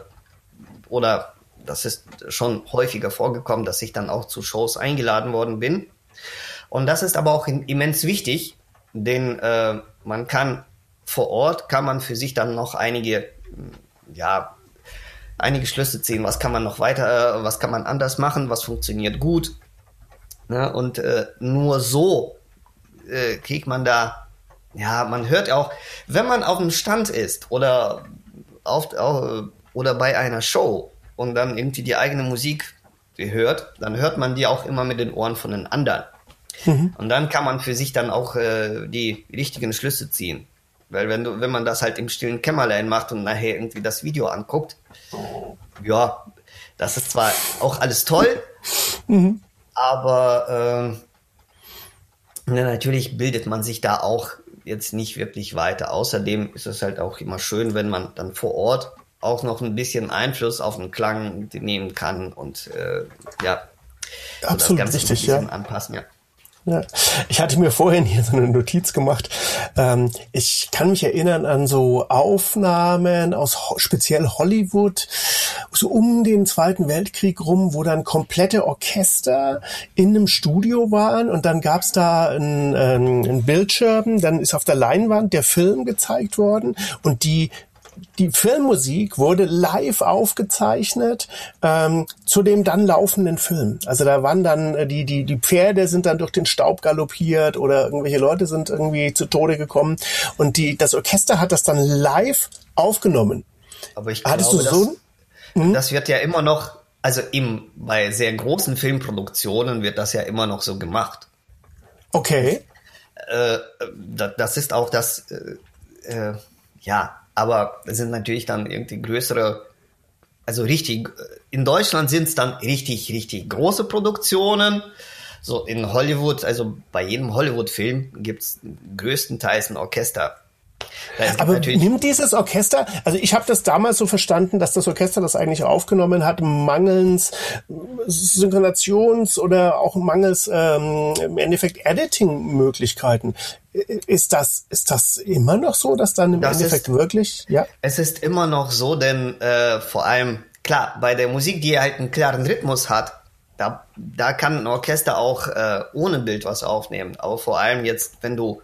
das ist schon häufiger vorgekommen, dass ich dann auch zu Shows eingeladen worden bin. Und das ist aber auch immens wichtig, denn man kann vor Ort, kann man für sich dann noch einige Schlüsse ziehen. Was kann man noch was kann man anders machen, was funktioniert gut. Ne? Und nur so kriegt man da, man hört auch, wenn man auf dem Stand ist oder bei einer Show, und dann irgendwie die eigene Musik hört, dann hört man die auch immer mit den Ohren von den anderen. Und dann kann man für sich dann auch die richtigen Schlüsse ziehen. Weil wenn man das halt im stillen Kämmerlein macht und nachher irgendwie das Video anguckt, ja, das ist zwar auch alles toll, aber natürlich bildet man sich da auch jetzt nicht wirklich weiter. Außerdem ist es halt auch immer schön, wenn man dann vor Ort auch noch ein bisschen Einfluss auf den Klang nehmen kann und absolut das Ganze richtig, ein bisschen anpassen, ja. Ja. Ich hatte mir vorhin hier so eine Notiz gemacht. Ich kann mich erinnern an so Aufnahmen aus speziell Hollywood, so um den Zweiten Weltkrieg rum, wo dann komplette Orchester in einem Studio waren und dann gab's da einen Bildschirm, dann ist auf der Leinwand der Film gezeigt worden und die Filmmusik wurde live aufgezeichnet zu dem dann laufenden Film. Also da waren dann die Pferde sind dann durch den Staub galoppiert oder irgendwelche Leute sind irgendwie zu Tode gekommen und das Orchester hat das dann live aufgenommen. Aber ich glaube, das wird ja immer noch, also bei sehr großen Filmproduktionen wird das ja immer noch so gemacht. Okay. Das ist auch das, ja. Aber es sind natürlich dann irgendwie größere, also richtig, in Deutschland sind es dann richtig, richtig große Produktionen. So in Hollywood, also bei jedem Hollywood-Film gibt es größtenteils ein Orchester. Aber nimmt dieses Orchester, also ich habe das damals so verstanden, dass das Orchester das eigentlich aufgenommen hat, mangels Synchronisations- oder auch mangels im Endeffekt Editing-Möglichkeiten. Ist das immer noch so, dass dann im Endeffekt wirklich, ja? Es ist immer noch so, denn vor allem, klar, bei der Musik, die halt einen klaren Rhythmus hat, da kann ein Orchester auch ohne Bild was aufnehmen. Aber vor allem jetzt, wenn du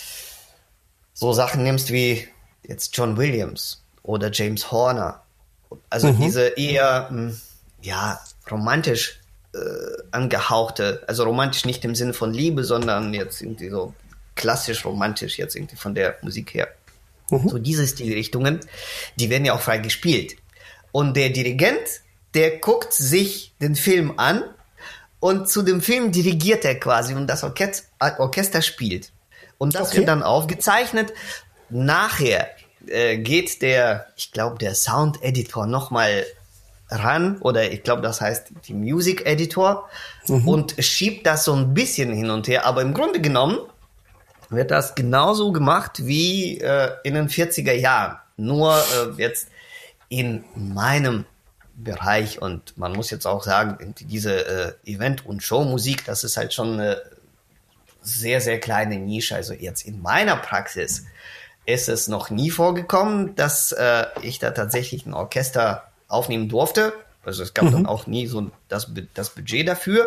so Sachen nimmst wie jetzt John Williams oder James Horner, also diese eher, romantisch angehauchte, also romantisch nicht im Sinne von Liebe, sondern jetzt irgendwie so klassisch romantisch jetzt irgendwie von der Musik her. So diese Stilrichtungen, die werden ja auch frei gespielt. Und der Dirigent, der guckt sich den Film an und zu dem Film dirigiert er quasi und das Orchester spielt. Und das wird dann aufgezeichnet. Nachher geht der Sound-Editor nochmal ran, oder ich glaube, das heißt die Music-Editor, und schiebt das so ein bisschen hin und her. Aber im Grunde genommen wird das genauso gemacht wie in den 40er Jahren. Nur jetzt in meinem Bereich, und man muss jetzt auch sagen, diese Event- und Showmusik, das ist halt schon eine sehr, sehr kleine Nische. Also jetzt in meiner Praxis ist es noch nie vorgekommen, dass ich da tatsächlich ein Orchester aufnehmen durfte. Also es gab dann auch nie so das Budget dafür.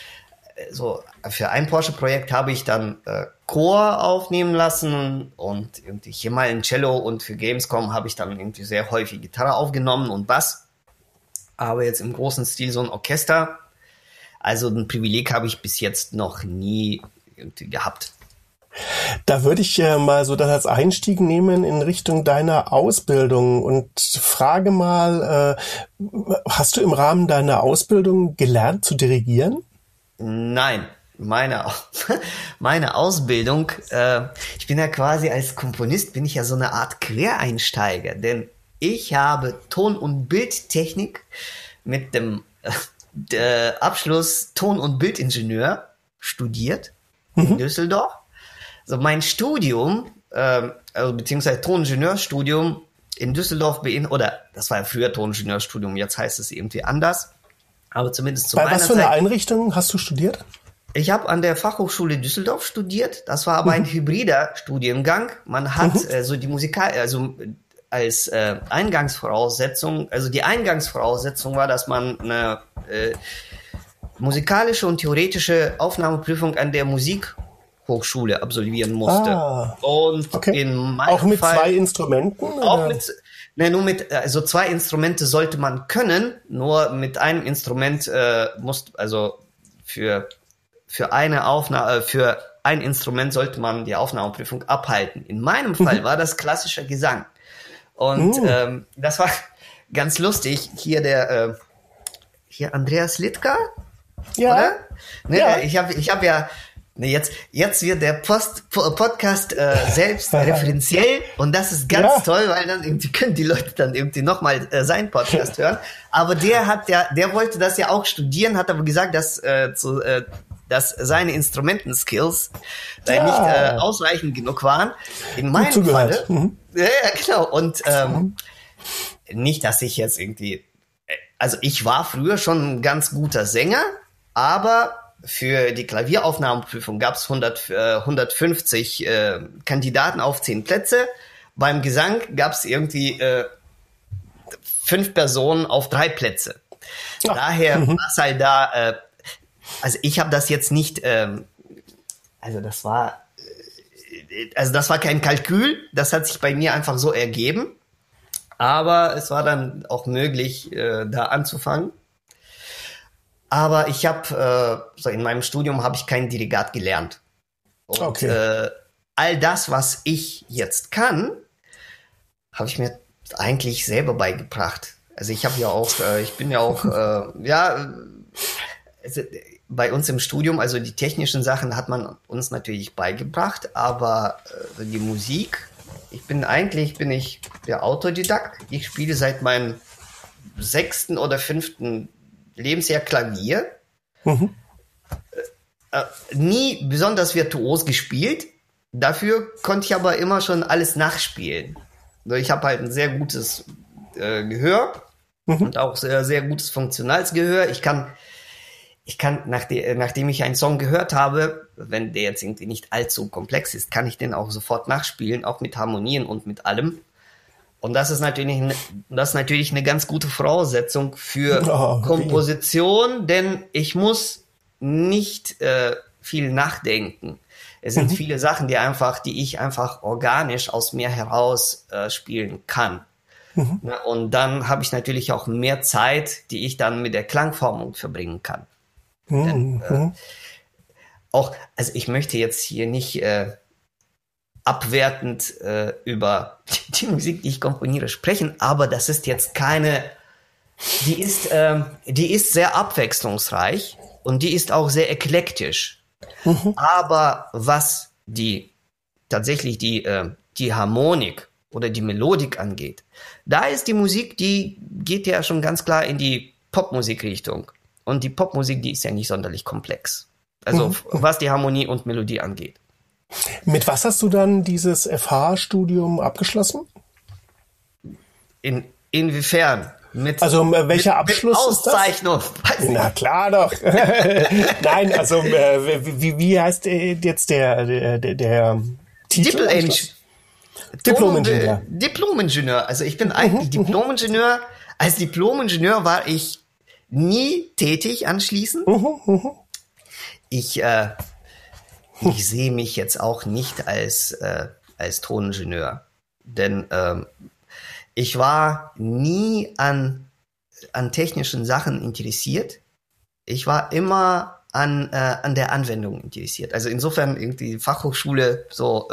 So für ein Porsche-Projekt habe ich dann Chor aufnehmen lassen und irgendwie hier mal ein Cello, und für Gamescom habe ich dann irgendwie sehr häufig Gitarre aufgenommen und Bass. Aber jetzt im großen Stil so ein Orchester, also ein Privileg habe ich bis jetzt noch nie gehabt. Da würde ich mal so das als Einstieg nehmen in Richtung deiner Ausbildung und frage mal, hast du im Rahmen deiner Ausbildung gelernt zu dirigieren? Nein, meine Ausbildung, ich bin ja quasi als Komponist, bin ich ja so eine Art Quereinsteiger, denn ich habe Ton- und Bildtechnik mit dem Abschluss Ton- und Bildingenieur studiert in Düsseldorf. Also mein Studium, beziehungsweise Toningenieurstudium in Düsseldorf das war ja früher Toningenieurstudium, jetzt heißt es irgendwie anders. Aber zumindest zu meiner Zeit. Bei was für eine Einrichtung hast du studiert? Ich habe an der Fachhochschule Düsseldorf studiert. Das war aber ein hybrider Studiengang. Man hat so die als Eingangsvoraussetzung, also die Eingangsvoraussetzung war, dass man eine musikalische und theoretische Aufnahmeprüfung an der Musikhochschule absolvieren musste. Und in meinem auch mit Fall, 2 Instrumenten? Auch also 2 Instrumente sollte man können, nur mit einem Instrument für ein Instrument sollte man die Aufnahmeprüfung abhalten. In meinem Fall war das klassischer Gesang. Und das war ganz lustig. Hier Andreas Littker, ja. oder? Ne, ja. Ich hab ja jetzt wird der Podcast selbst referenziell, und das ist ganz toll, weil dann irgendwie können die Leute dann irgendwie nochmal seinen Podcast hören. Aber der wollte das ja auch studieren, hat aber gesagt, dass seine Instrumentenskills nicht ausreichend genug waren. In meinem Falle. Ja, genau. Und nicht, dass ich jetzt irgendwie, also ich war früher schon ein ganz guter Sänger, aber für die Klavieraufnahmeprüfung gab es 150 Kandidaten auf 10 Plätze. Beim Gesang gab es irgendwie 5 Personen auf 3 Plätze. Ach. Daher war es halt da, also ich habe das jetzt nicht, das war kein Kalkül, das hat sich bei mir einfach so ergeben. Aber es war dann auch möglich, da anzufangen. Aber ich habe, in meinem Studium habe ich kein Dirigat gelernt. Und all das, was ich jetzt kann, habe ich mir eigentlich selber beigebracht. Also ich habe ja auch, ich bin ja auch, also bei uns im Studium, also die technischen Sachen hat man uns natürlich beigebracht, aber die Musik, ich bin der Autodidakt. Ich spiele seit meinem 6. oder 5. Lebensjahr Klavier. Nie besonders virtuos gespielt. Dafür konnte ich aber immer schon alles nachspielen. Ich habe halt ein sehr gutes Gehör und auch sehr, sehr gutes funktionales Gehör. Ich kann, nachdem ich einen Song gehört habe, wenn der jetzt irgendwie nicht allzu komplex ist, kann ich den auch sofort nachspielen, auch mit Harmonien und mit allem. Und das ist natürlich eine ganz gute Voraussetzung für Komposition, denn ich muss nicht viel nachdenken. Es sind viele Sachen, die ich einfach organisch aus mir heraus spielen kann. Und dann habe ich natürlich auch mehr Zeit, die ich dann mit der Klangformung verbringen kann. Denn, also ich möchte jetzt hier nicht abwertend über die Musik, die ich komponiere, sprechen, aber das ist jetzt die ist sehr abwechslungsreich und die ist auch sehr eklektisch. Aber was tatsächlich die Harmonik oder die Melodik angeht, da ist die Musik, die geht ja schon ganz klar in die Popmusikrichtung. Und die Popmusik, die ist ja nicht sonderlich komplex. Also was die Harmonie und Melodie angeht. Mit was hast du dann dieses FH-Studium abgeschlossen? Inwiefern? Welcher Abschluss Auszeichnung. Ist das? Na klar doch. Nein, also wie heißt jetzt der Titel? Diplom-Ingenieur. Diplom-Ingenieur. Also ich bin eigentlich Diplom-Ingenieur. Als Diplom-Ingenieur war ich nie tätig anschließend. Ich sehe mich jetzt auch nicht als Toningenieur, denn ich war nie an technischen Sachen interessiert. Ich war immer an der Anwendung interessiert. Also insofern irgendwie Fachhochschule so,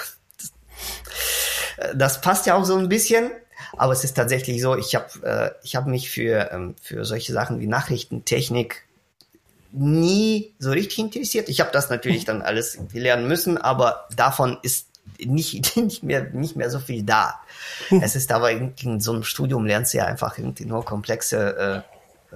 das passt ja auch so ein bisschen. Aber es ist tatsächlich so, ich hab mich für solche Sachen wie Nachrichtentechnik nie so richtig interessiert. Ich habe das natürlich dann alles lernen müssen, aber davon ist nicht mehr so viel da. Es ist aber in so einem Studium lernst du ja einfach irgendwie nur komplexe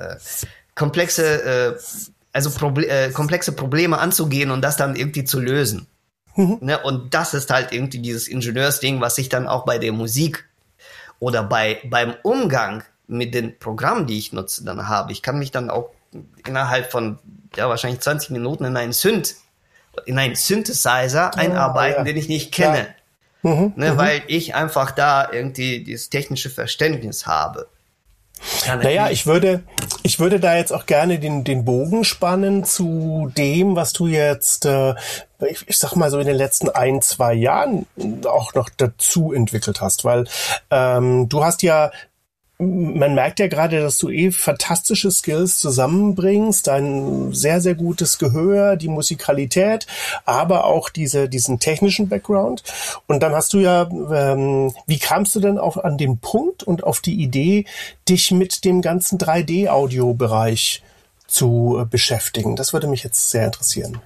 Probleme anzugehen und das dann irgendwie zu lösen. Ne? Und das ist halt irgendwie dieses Ingenieursding, was ich dann auch bei der Musik oder beim Umgang mit den Programmen, die ich nutze, dann habe. Ich kann mich dann auch innerhalb von wahrscheinlich 20 Minuten in einen Synthesizer einarbeiten, den ich nicht kenne. Weil ich einfach da irgendwie dieses technische Verständnis habe. Naja, ich würde da jetzt auch gerne den Bogen spannen zu dem, was du jetzt, ich sag mal so in den letzten 1-2 Jahren auch noch dazu entwickelt hast, weil du hast ja, man merkt ja gerade, dass du fantastische Skills zusammenbringst, ein sehr, sehr gutes Gehör, die Musikalität, aber auch diesen technischen Background. Und dann hast du ja, wie kamst du denn auch an den Punkt und auf die Idee, dich mit dem ganzen 3D-Audio-Bereich zu beschäftigen? Das würde mich jetzt sehr interessieren.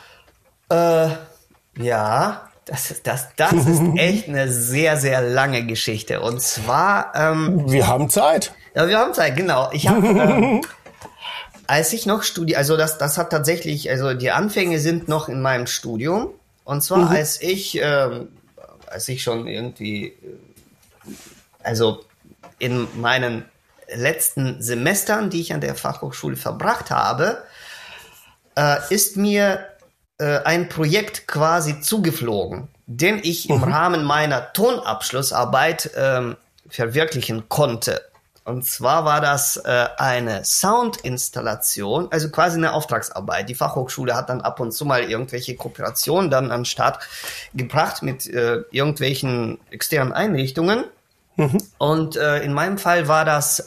Ja. Das ist echt eine sehr, sehr lange Geschichte. Und zwar... wir haben Zeit. Ja, wir haben Zeit, genau. Ich habe, als ich noch das hat tatsächlich, also die Anfänge sind noch in meinem Studium. Und zwar als ich schon irgendwie, also in meinen letzten Semestern, die ich an der Fachhochschule verbracht habe, ist mir ein Projekt quasi zugeflogen, den ich im Rahmen meiner Tonabschlussarbeit verwirklichen konnte. Und zwar war das eine Soundinstallation, also quasi eine Auftragsarbeit. Die Fachhochschule hat dann ab und zu mal irgendwelche Kooperationen dann an den Start gebracht mit irgendwelchen externen Einrichtungen. Und in meinem Fall war das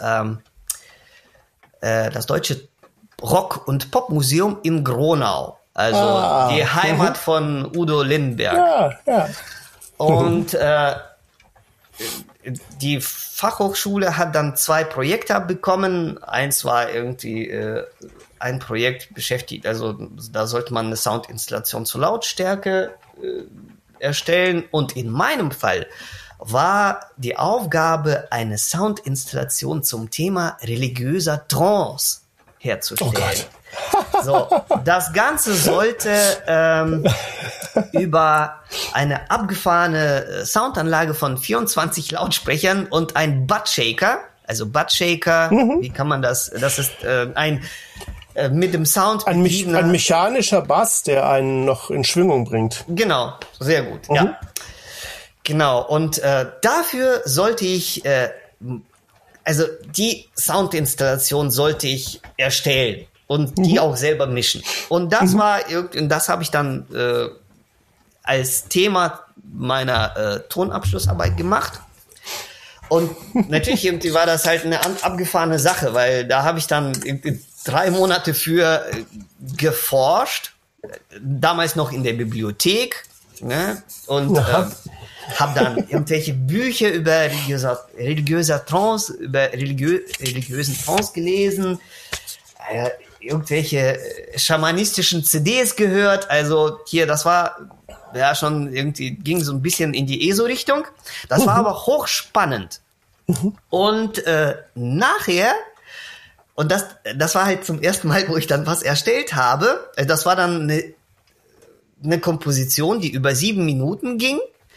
das Deutsche Rock- und Popmuseum in Gronau. Also die Heimat von Udo Lindenberg. Ja. Und die Fachhochschule hat dann 2 Projekte bekommen. Eins war irgendwie ein Projekt beschäftigt, also da sollte man eine Soundinstallation zur Lautstärke erstellen. Und in meinem Fall war die Aufgabe, eine Soundinstallation zum Thema religiöser Trance herzustellen. Oh Gott. So, das Ganze sollte über eine abgefahrene Soundanlage von 24 Lautsprechern und ein Buttshaker, also Buttshaker, wie kann man das? Das ist ein mit dem Sound ein mechanischer Bass, der einen noch in Schwingung bringt. Genau, sehr gut, ja. Genau, und dafür sollte ich, also die Soundinstallation sollte ich erstellen. Und die auch selber mischen. Und das das habe ich dann als Thema meiner Tonabschlussarbeit gemacht. Und natürlich irgendwie war das halt eine abgefahrene Sache, weil da habe ich dann 3 Monate für geforscht, damals noch in der Bibliothek, ne? Und habe dann irgendwelche Bücher über religiöser Trance, über religiösen Trance gelesen, irgendwelche schamanistischen CDs gehört. Also hier, das war ja schon irgendwie, ging so ein bisschen in die ESO-Richtung. Das war aber hochspannend. Und nachher, und das war halt zum ersten Mal, wo ich dann was erstellt habe, das war dann eine Komposition, die über 7 Minuten ging.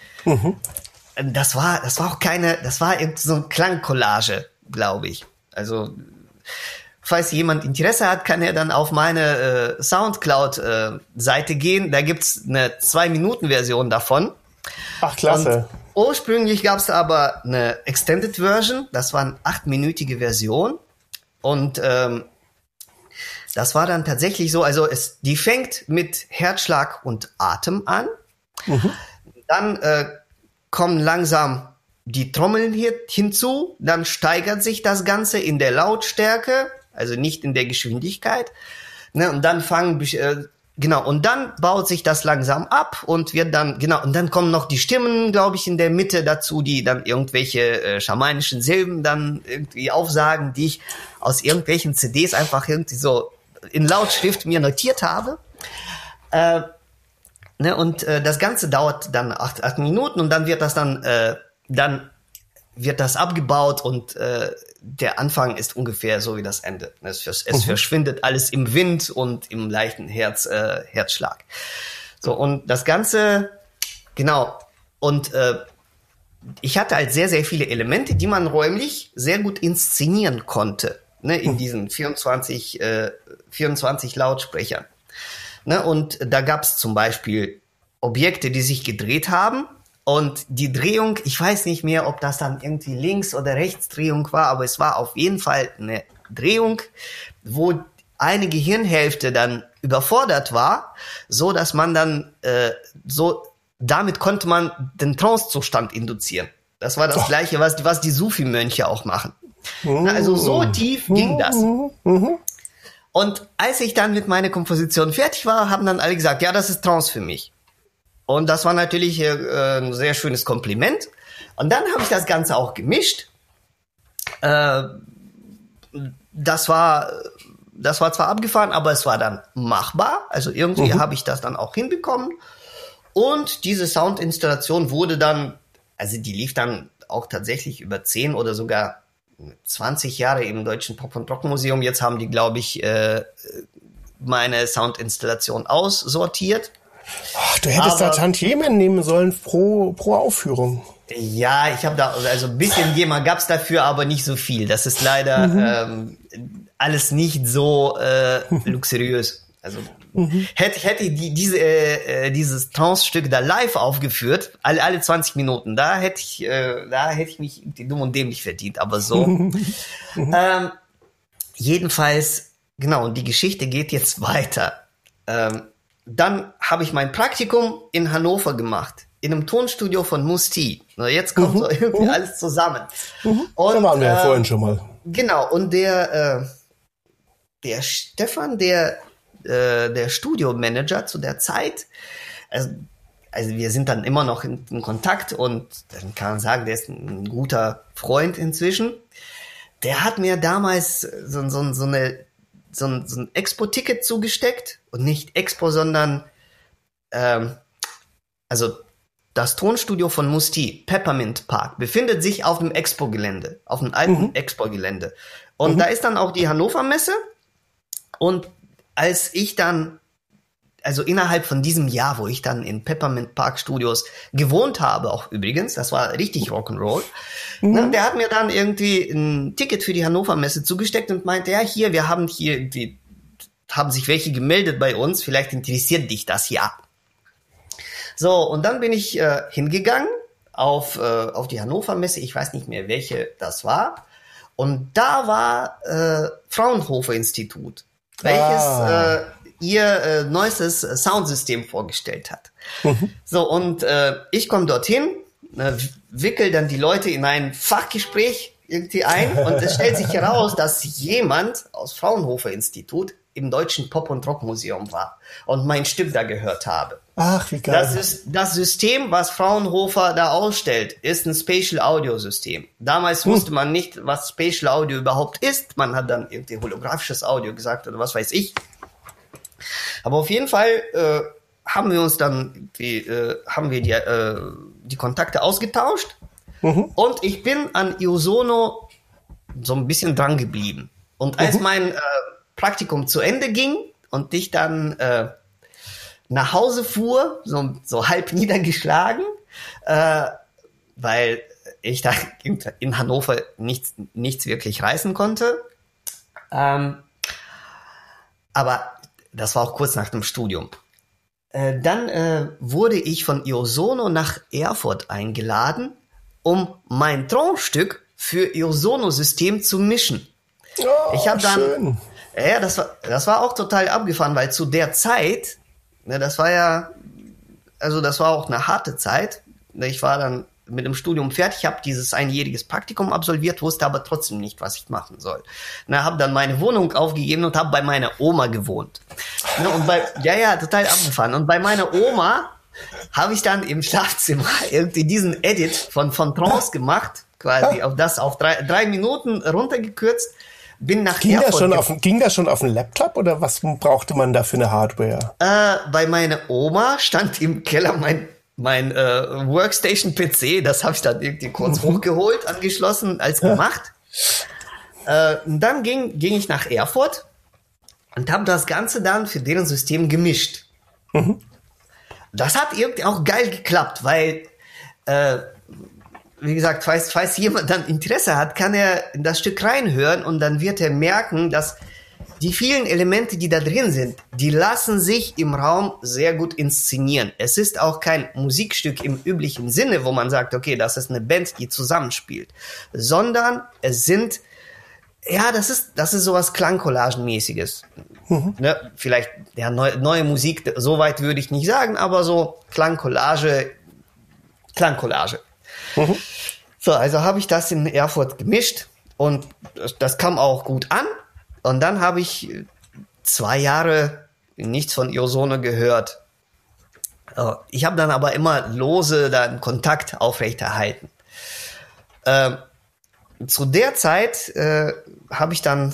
Das war irgendwie so eine Klangcollage, glaube ich. Also falls jemand Interesse hat, kann er dann auf meine Soundcloud-Seite gehen. Da gibt's eine 2-Minuten-Version davon. Ach, klasse. Und ursprünglich gab's aber eine Extended Version. Das war eine 8-minütige Version. Und das war dann tatsächlich so, also die fängt mit Herzschlag und Atem an. Dann kommen langsam die Trommeln hier hinzu. Dann steigert sich das Ganze in der Lautstärke. Also nicht in der Geschwindigkeit. Ne, und dann und dann baut sich das langsam ab und wird dann, und dann kommen noch die Stimmen, glaube ich, in der Mitte dazu, die dann irgendwelche schamanischen Silben dann irgendwie aufsagen, die ich aus irgendwelchen CDs einfach irgendwie so in Lautschrift mir notiert habe. Und das Ganze dauert dann 8 Minuten und dann wird das dann wird das abgebaut und der Anfang ist ungefähr so wie das Ende. Es verschwindet alles im Wind und im leichten Herzschlag. So, und das Ganze, und ich hatte halt sehr, sehr viele Elemente, die man räumlich sehr gut inszenieren konnte, ne, in diesen 24 Lautsprechern. Ne, und da gab's zum Beispiel Objekte, die sich gedreht haben. Und die Drehung, ich weiß nicht mehr, ob das dann irgendwie Links- oder Rechtsdrehung war, aber es war auf jeden Fall eine Drehung, wo eine Gehirnhälfte dann überfordert war, so dass man dann damit konnte man den Trance-Zustand induzieren. Das war das Gleiche, was die Sufi-Mönche auch machen. Also so tief ging das. Und als ich dann mit meiner Komposition fertig war, haben dann alle gesagt, ja, das ist Trance für mich. Und das war natürlich ein sehr schönes Kompliment. Und dann habe ich das Ganze auch gemischt. Das war zwar abgefahren, aber es war dann machbar. Also irgendwie habe ich das dann auch hinbekommen. Und diese Soundinstallation wurde dann, also die lief dann auch tatsächlich über 10 oder sogar 20 Jahre im Deutschen Pop- und Rockmuseum. Jetzt haben die, glaube ich, meine Soundinstallation aussortiert. Ach, du hättest da Tantiemen nehmen sollen pro Aufführung. Ja, ich habe da, also ein bisschen GEMA gab's dafür, aber nicht so viel. Das ist leider alles nicht so luxuriös. Also Hätte ich dieses Trance-Stück da live aufgeführt, alle 20 Minuten, da hätte ich mich dumm und dämlich verdient, aber so. Jedenfalls, genau, und die Geschichte geht jetzt weiter. Dann habe ich mein Praktikum in Hannover gemacht, in einem Tonstudio von Musti. Jetzt kommt so irgendwie alles zusammen. Und, da waren wir ja vorhin schon mal. Genau, und der Stefan, der Studiomanager zu der Zeit, also wir sind dann immer noch in Kontakt und dann kann man sagen, der ist ein guter Freund inzwischen. Der hat mir damals so ein Expo-Ticket zugesteckt und nicht Expo, sondern also das Tonstudio von Musti, Peppermint Park, befindet sich auf dem Expo-Gelände, auf dem alten Expo-Gelände. Und da ist dann auch die Hannover Messe. Und als ich dann, also innerhalb von diesem Jahr, wo ich dann in Peppermint Park Studios gewohnt habe, auch übrigens, das war richtig Rock'n'Roll, ne, der hat mir dann irgendwie ein Ticket für die Hannover Messe zugesteckt und meinte, ja, hier, wir haben hier irgendwie, haben sich welche gemeldet bei uns, vielleicht interessiert dich das ja. So, und dann bin ich hingegangen auf die Hannover Messe, ich weiß nicht mehr, welche das war, und da war Fraunhofer Institut, welches ihr neuestes Soundsystem vorgestellt hat. So, und ich komme dorthin, wickel dann die Leute in ein Fachgespräch irgendwie ein und es stellt sich heraus, dass jemand aus Fraunhofer Institut im Deutschen Pop- und Rockmuseum war und mein Stück da gehört habe. Ach, wie geil. Das System, was Fraunhofer da ausstellt, ist ein Spatial Audio System. Damals wusste man nicht, was Spatial Audio überhaupt ist. Man hat dann irgendwie holographisches Audio gesagt oder was weiß ich. Aber auf jeden Fall haben wir uns dann die Kontakte ausgetauscht und ich bin an Iosono so ein bisschen dran geblieben. Und als mein Praktikum zu Ende ging und ich dann nach Hause fuhr, so halb niedergeschlagen, weil ich da in Hannover nichts wirklich reißen konnte. Aber das war auch kurz nach dem Studium. Dann wurde ich von Iosono nach Erfurt eingeladen, um mein Trance-Stück für Iosono-System zu mischen. Oh, ich habe dann, schön. Ja, das war auch total abgefahren, weil zu der Zeit, das war auch eine harte Zeit. Ich war dann mit dem Studium fertig, habe dieses einjähriges Praktikum absolviert, wusste aber trotzdem nicht, was ich machen soll. Habe dann meine Wohnung aufgegeben und habe bei meiner Oma gewohnt. Und total abgefahren. Und bei meiner Oma habe ich dann im Schlafzimmer irgendwie diesen Edit von Trance gemacht, quasi auf 3 Minuten runtergekürzt. Bin nach Erfurt. Ging das schon auf den Laptop oder was brauchte man da für eine Hardware? Bei meiner Oma stand im Keller mein Workstation-PC, das habe ich dann irgendwie kurz hochgeholt, angeschlossen, als gemacht. Dann ging ich nach Erfurt und habe das Ganze dann für deren System gemischt. Das hat irgendwie auch geil geklappt, weil wie gesagt, falls jemand dann Interesse hat, kann er in das Stück reinhören und dann wird er merken, dass die vielen Elemente, die da drin sind, die lassen sich im Raum sehr gut inszenieren. Es ist auch kein Musikstück im üblichen Sinne, wo man sagt, okay, das ist eine Band, die zusammenspielt, sondern es sind, das ist sowas Klangcollagen-mäßiges. Ne? Vielleicht neue Musik, so weit würde ich nicht sagen, aber so Klangcollage. So, also habe ich das in Erfurt gemischt und das kam auch gut an. Und dann habe ich 2 Jahre nichts von Iosono gehört. Ich habe dann aber immer lose dann Kontakt aufrechterhalten. Zu der Zeit habe ich dann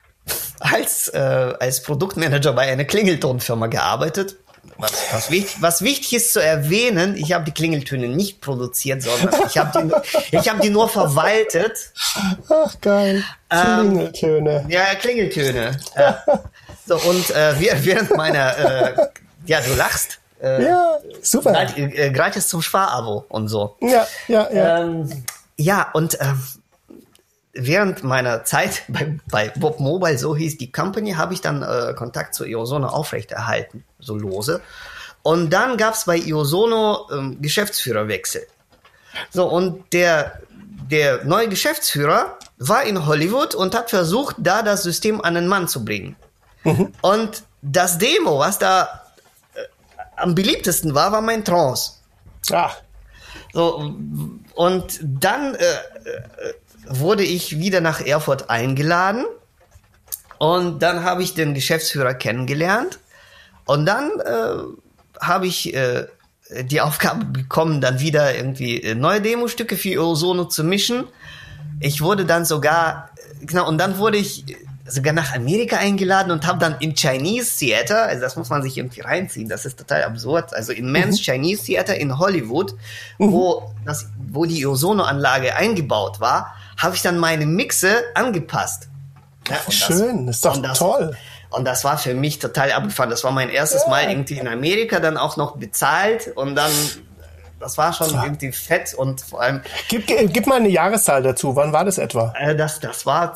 als Produktmanager bei einer Klingeltonfirma gearbeitet. Was wichtig ist zu erwähnen, ich habe die Klingeltöne nicht produziert, sondern ich habe die nur verwaltet. Ach geil, Klingeltöne. Klingeltöne. So, und während meiner, du lachst. Ja, super. Gratis zum Sparabo und so. Ja. Und während meiner Zeit bei Bob Mobile, so hieß die Company, habe ich dann Kontakt zu Iosono aufrechterhalten, so lose. Und dann gab es bei Iosono Geschäftsführerwechsel. So, und der neue Geschäftsführer war in Hollywood und hat versucht, da das System an den Mann zu bringen. Mhm. Und das Demo, was da am beliebtesten war mein Trance. Ah. So, und dann wurde ich wieder nach Erfurt eingeladen und dann habe ich den Geschäftsführer kennengelernt und dann habe ich die Aufgabe bekommen, dann wieder irgendwie neue Demostücke für Iosono zu mischen. Ich wurde dann sogar, und dann wurde ich sogar nach Amerika eingeladen und habe dann im Chinese Theater, also das muss man sich irgendwie reinziehen, das ist total absurd, also im Men's Chinese Theater in Hollywood, wo die Iosono-Anlage eingebaut war, habe ich dann meine Mixe angepasst. Ja, schön, das ist doch toll. Und das war für mich total abgefahren. Das war mein erstes Mal irgendwie in Amerika, dann auch noch bezahlt und dann, das war schon irgendwie fett und vor allem... Gib mal eine Jahreszahl dazu. Wann war das etwa? Das war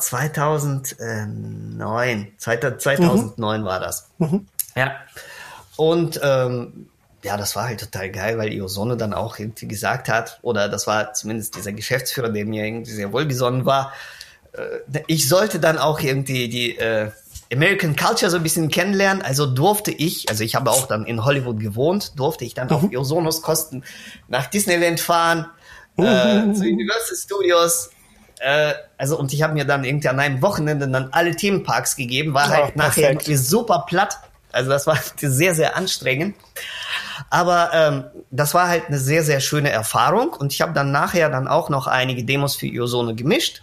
2009. 2009 war das. Mhm. Ja. Und das war halt total geil, weil Iosono dann auch irgendwie gesagt hat, oder das war zumindest dieser Geschäftsführer, der mir irgendwie sehr wohlgesonnen war, ich sollte dann auch irgendwie die American Culture so ein bisschen kennenlernen, also ich habe auch dann in Hollywood gewohnt, durfte ich dann auf Iosonos Kosten nach Disneyland fahren, zu Universal Studios, und ich habe mir dann irgendwie an einem Wochenende dann alle Themenparks gegeben, war halt nachher irgendwie super platt, also das war sehr, sehr anstrengend, aber das war halt eine sehr, sehr schöne Erfahrung und ich habe dann nachher dann auch noch einige Demos für Iosono gemischt.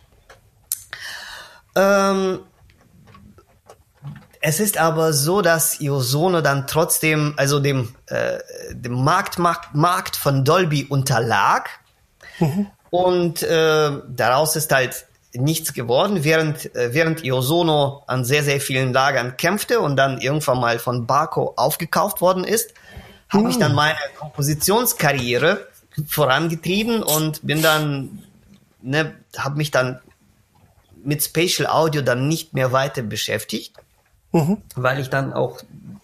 Es ist aber so, dass Iosono dann trotzdem, also dem Markt von Dolby unterlag. Mhm. Und daraus ist halt nichts geworden, während Iosono an sehr, sehr vielen Lagern kämpfte und dann irgendwann mal von Barco aufgekauft worden ist, habe ich dann meine Kompositionskarriere vorangetrieben und bin dann, habe mich dann mit Spatial Audio dann nicht mehr weiter beschäftigt, weil ich dann auch,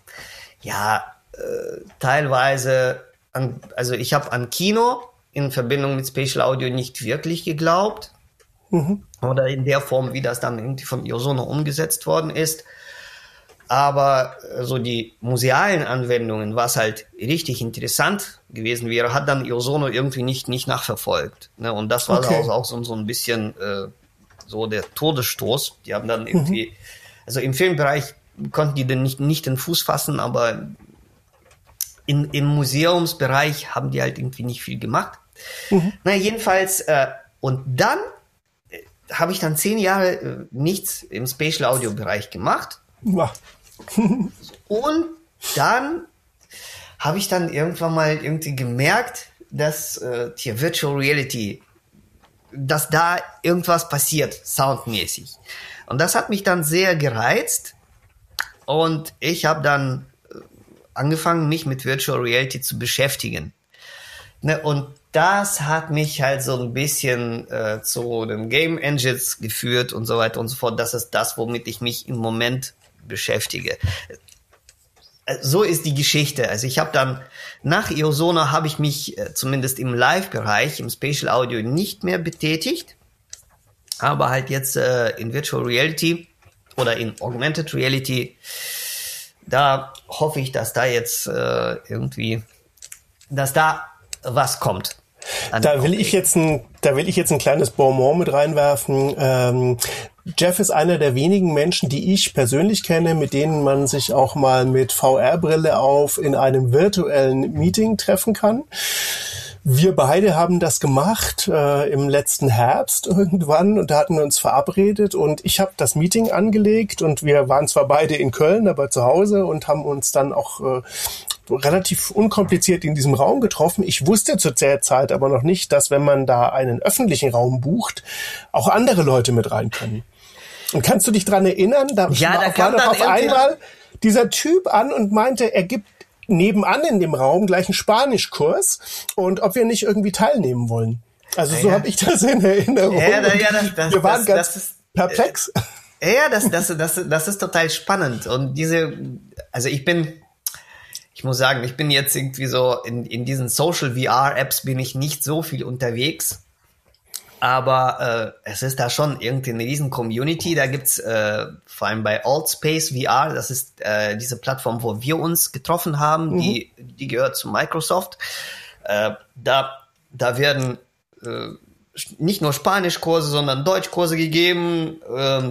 teilweise, ich habe an Kino in Verbindung mit Spatial Audio nicht wirklich geglaubt, oder in der Form, wie das dann irgendwie von Iosono umgesetzt worden ist, aber so die musealen Anwendungen, was halt richtig interessant gewesen wäre, hat dann Iosono irgendwie nicht nachverfolgt, ne? Und das war auch so ein bisschen so der Todesstoß. Die haben dann irgendwie, also im Filmbereich konnten die dann nicht den Fuß fassen, aber im Museumsbereich haben die halt irgendwie nicht viel gemacht. Jedenfalls, und dann habe ich dann 10 Jahre nichts im Spatial Audio Bereich gemacht. Und dann habe ich dann irgendwann mal irgendwie gemerkt, dass Virtual Reality, dass da irgendwas passiert, soundmäßig. Und das hat mich dann sehr gereizt. Und ich habe dann angefangen, mich mit Virtual Reality zu beschäftigen. Und das hat mich halt so ein bisschen zu den Game Engines geführt und so weiter und so fort. Das ist das, womit ich mich im Moment beschäftige. So ist die Geschichte. Also ich habe dann nach Iosono habe ich mich zumindest im Live-Bereich, im Spatial Audio nicht mehr betätigt, aber halt jetzt in Virtual Reality oder in Augmented Reality, da hoffe ich, dass da jetzt dass da was kommt. Da will ich jetzt ein kleines Bonbon mit reinwerfen. Jeff ist einer der wenigen Menschen, die ich persönlich kenne, mit denen man sich auch mal mit VR-Brille auf in einem virtuellen Meeting treffen kann. Wir beide haben das gemacht im letzten Herbst irgendwann und da hatten wir uns verabredet und ich habe das Meeting angelegt und wir waren zwar beide in Köln, aber zu Hause und haben uns dann auch relativ unkompliziert in diesem Raum getroffen. Ich wusste zu der Zeit aber noch nicht, dass wenn man da einen öffentlichen Raum bucht, auch andere Leute mit rein können. Und kannst du dich dran erinnern? Da kam doch auf einmal dieser Typ an und meinte, er gibt nebenan in dem Raum gleich einen Spanischkurs und ob wir nicht irgendwie teilnehmen wollen. Also so habe ich das in Erinnerung. Wir waren ganz perplex. Das ist total spannend. Und ich muss sagen, ich bin jetzt irgendwie so in diesen Social VR-Apps bin ich nicht so viel unterwegs. Aber es ist da schon irgendwie eine riesen Community. Da gibt's vor allem bei Altspace VR, das ist diese Plattform, wo wir uns getroffen haben, die gehört zu Microsoft. Da werden nicht nur Spanischkurse, sondern Deutschkurse gegeben,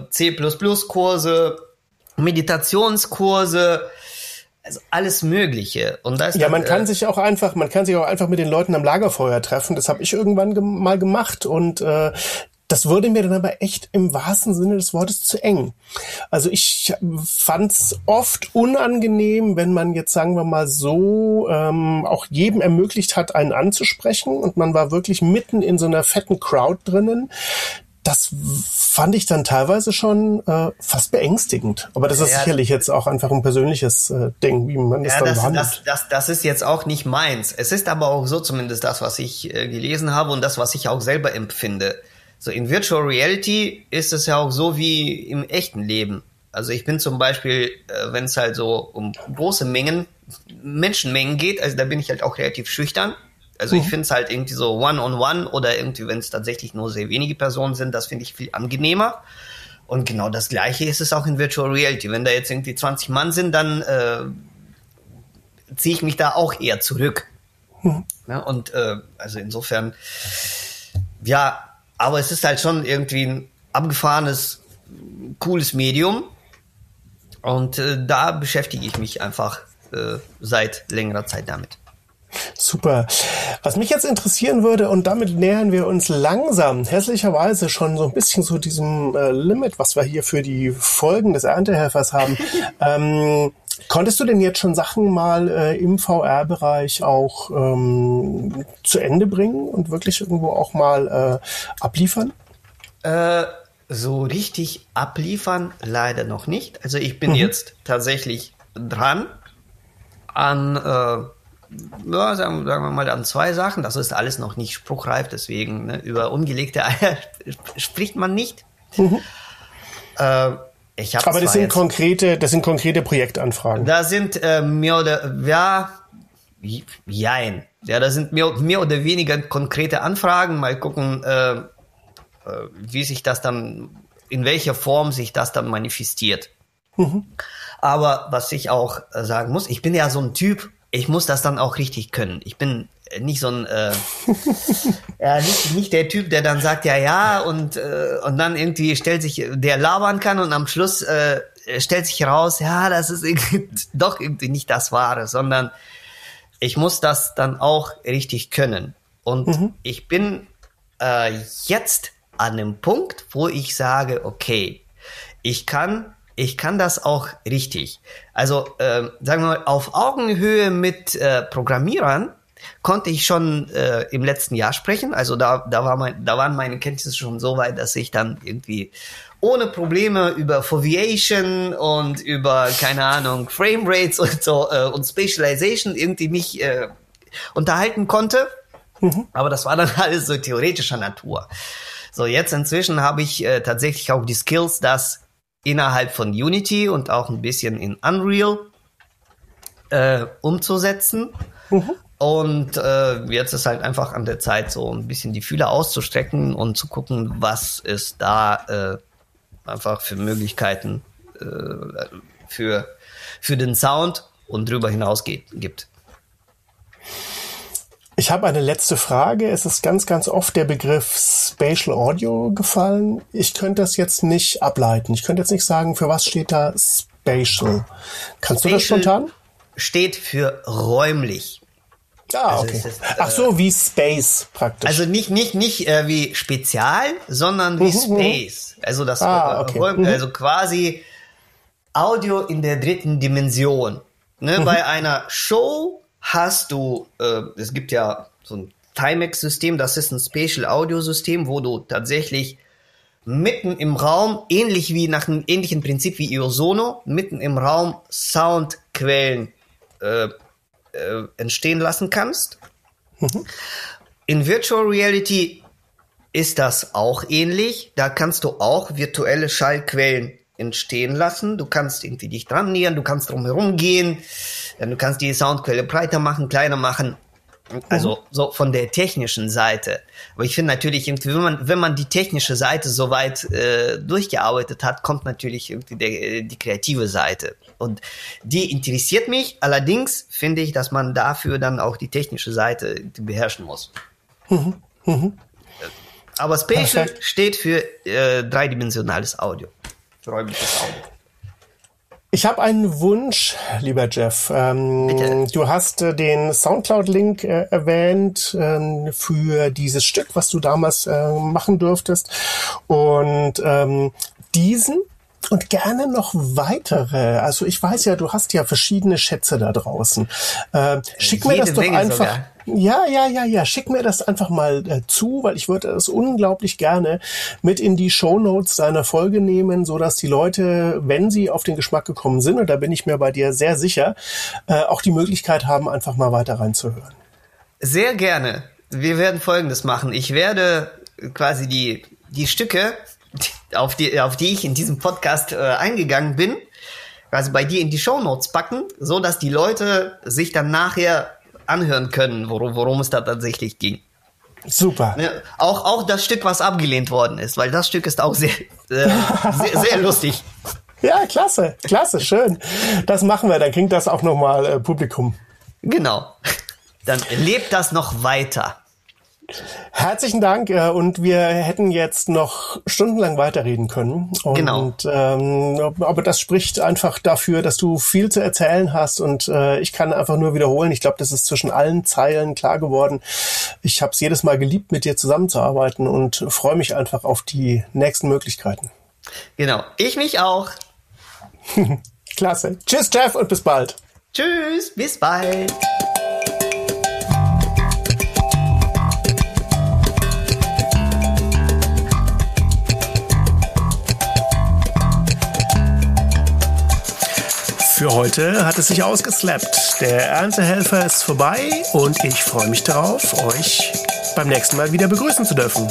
C++-Kurse, Meditationskurse, also alles Mögliche. Und da ist man kann sich auch einfach mit den Leuten am Lagerfeuer treffen. Das habe ich irgendwann mal gemacht und das wurde mir dann aber echt im wahrsten Sinne des Wortes zu eng. Also ich fand's oft unangenehm, wenn man jetzt, sagen wir mal so, auch jedem ermöglicht hat, einen anzusprechen und man war wirklich mitten in so einer fetten Crowd drinnen. Das fand ich dann teilweise schon fast beängstigend. Aber das ist sicherlich jetzt auch einfach ein persönliches Ding, wie man das dann wahrnimmt. Das ist jetzt auch nicht meins. Es ist aber auch so zumindest das, was ich gelesen habe und das, was ich auch selber empfinde. So in Virtual Reality ist es ja auch so wie im echten Leben. Also ich bin zum Beispiel, wenn es halt so um große Menschenmengen geht, also da bin ich halt auch relativ schüchtern. Also ich finde es halt irgendwie so One-on-One oder irgendwie, wenn es tatsächlich nur sehr wenige Personen sind, das finde ich viel angenehmer. Und genau das Gleiche ist es auch in Virtual Reality. Wenn da jetzt irgendwie 20 Mann sind, dann ziehe ich mich da auch eher zurück. Ja, und also insofern, ja, aber es ist halt schon irgendwie ein abgefahrenes, cooles Medium. Und da beschäftige ich mich einfach seit längerer Zeit damit. Super. Was mich jetzt interessieren würde, und damit nähern wir uns langsam, hässlicherweise schon so ein bisschen zu diesem Limit, was wir hier für die Folgen des Erntehelfers haben. Konntest du denn jetzt schon Sachen mal im VR-Bereich auch zu Ende bringen und wirklich irgendwo auch mal abliefern? So richtig abliefern leider noch nicht. Also ich bin jetzt tatsächlich dran an sagen wir mal an 2 Sachen. Das ist alles noch nicht spruchreif, deswegen über ungelegte Eier spricht man nicht. Aber das sind konkrete Projektanfragen. Da sind jein. Ja, da sind mehr oder weniger konkrete Anfragen. Mal gucken, wie sich das dann, in welcher Form sich das dann manifestiert. Aber was ich auch sagen muss, ich bin ja so ein Typ, ich muss das dann auch richtig können. Ich bin nicht so ein nicht der Typ, der dann sagt und dann irgendwie der labern kann und am Schluss stellt sich heraus, das ist doch irgendwie nicht das Wahre, sondern ich muss das dann auch richtig können. Und ich bin jetzt an einem Punkt, wo ich sage, okay, ich kann das auch richtig. Also sagen wir mal, auf Augenhöhe mit Programmierern konnte ich schon im letzten Jahr sprechen. Also da waren meine Kenntnisse schon so weit, dass ich dann irgendwie ohne Probleme über Foveation und über, keine Ahnung, Framerates und so und Spatialization irgendwie mich unterhalten konnte. Aber das war dann alles so theoretischer Natur. So, jetzt inzwischen habe ich tatsächlich auch die Skills, das innerhalb von Unity und auch ein bisschen in Unreal umzusetzen. Und jetzt ist halt einfach an der Zeit, so ein bisschen die Fühler auszustrecken und zu gucken, was es da einfach für Möglichkeiten für den Sound und darüber hinaus gibt. Ich habe eine letzte Frage. Es ist ganz, ganz oft der Begriff Spatial Audio gefallen. Ich könnte das jetzt nicht ableiten. Ich könnte jetzt nicht sagen, für was steht da Spatial. Kannst du das spontan? Steht für räumlich. Ah, okay. Also ach so, wie Space praktisch. Also nicht wie Spezial, sondern wie Space. Also das also quasi Audio in der 3. Dimension. Ne, bei einer Show hast du, es gibt ja so ein Timex-System, das ist ein Spatial-Audio-System, wo du tatsächlich mitten im Raum, ähnlich wie nach einem ähnlichen Prinzip wie Iosono, mitten im Raum Soundquellen entstehen lassen kannst. In Virtual Reality ist das auch ähnlich. Da kannst du auch virtuelle Schallquellen entstehen lassen. Du kannst irgendwie dich dran nähern, du kannst drumherum gehen, du kannst die Soundquelle breiter machen, kleiner machen. Also so von der technischen Seite. Aber ich finde natürlich irgendwie, wenn man die technische Seite soweit durchgearbeitet hat, kommt natürlich irgendwie die kreative Seite. Und die interessiert mich. Allerdings finde ich, dass man dafür dann auch die technische Seite beherrschen muss. Aber Spatial steht für dreidimensionales Audio. Räumliches Audio. Ich habe einen Wunsch, lieber Jeff. Du hast den Soundcloud-Link erwähnt für dieses Stück, was du damals machen durftest. Und diesen und gerne noch weitere. Also ich weiß ja, du hast ja verschiedene Schätze da draußen. Schick mir das doch einfach. Sogar. Ja. Schick mir das einfach mal zu, weil ich würde das unglaublich gerne mit in die Shownotes deiner Folge nehmen, so dass die Leute, wenn sie auf den Geschmack gekommen sind, und da bin ich mir bei dir sehr sicher, auch die Möglichkeit haben, einfach mal weiter reinzuhören. Sehr gerne. Wir werden Folgendes machen. Ich werde quasi die Stücke, auf die ich in diesem Podcast eingegangen bin, quasi bei dir in die Shownotes packen, so dass die Leute sich dann nachher anhören können, worum es da tatsächlich ging. Super. Ne? Auch das Stück, was abgelehnt worden ist, weil das Stück ist auch sehr lustig. Ja, klasse, schön. Das machen wir, dann kriegt das auch nochmal Publikum. Genau. Dann lebt das noch weiter. Herzlichen Dank und wir hätten jetzt noch stundenlang weiterreden können. Und, genau. Aber das spricht einfach dafür, dass du viel zu erzählen hast und ich kann einfach nur wiederholen, ich glaube, das ist zwischen allen Zeilen klar geworden. Ich habe es jedes Mal geliebt, mit dir zusammenzuarbeiten und freue mich einfach auf die nächsten Möglichkeiten. Genau, ich mich auch. Klasse. Tschüss, Jeff, und bis bald. Tschüss, bis bald. Für heute hat es sich ausgeslappt. Der Erntehelfer ist vorbei und ich freue mich darauf, euch beim nächsten Mal wieder begrüßen zu dürfen.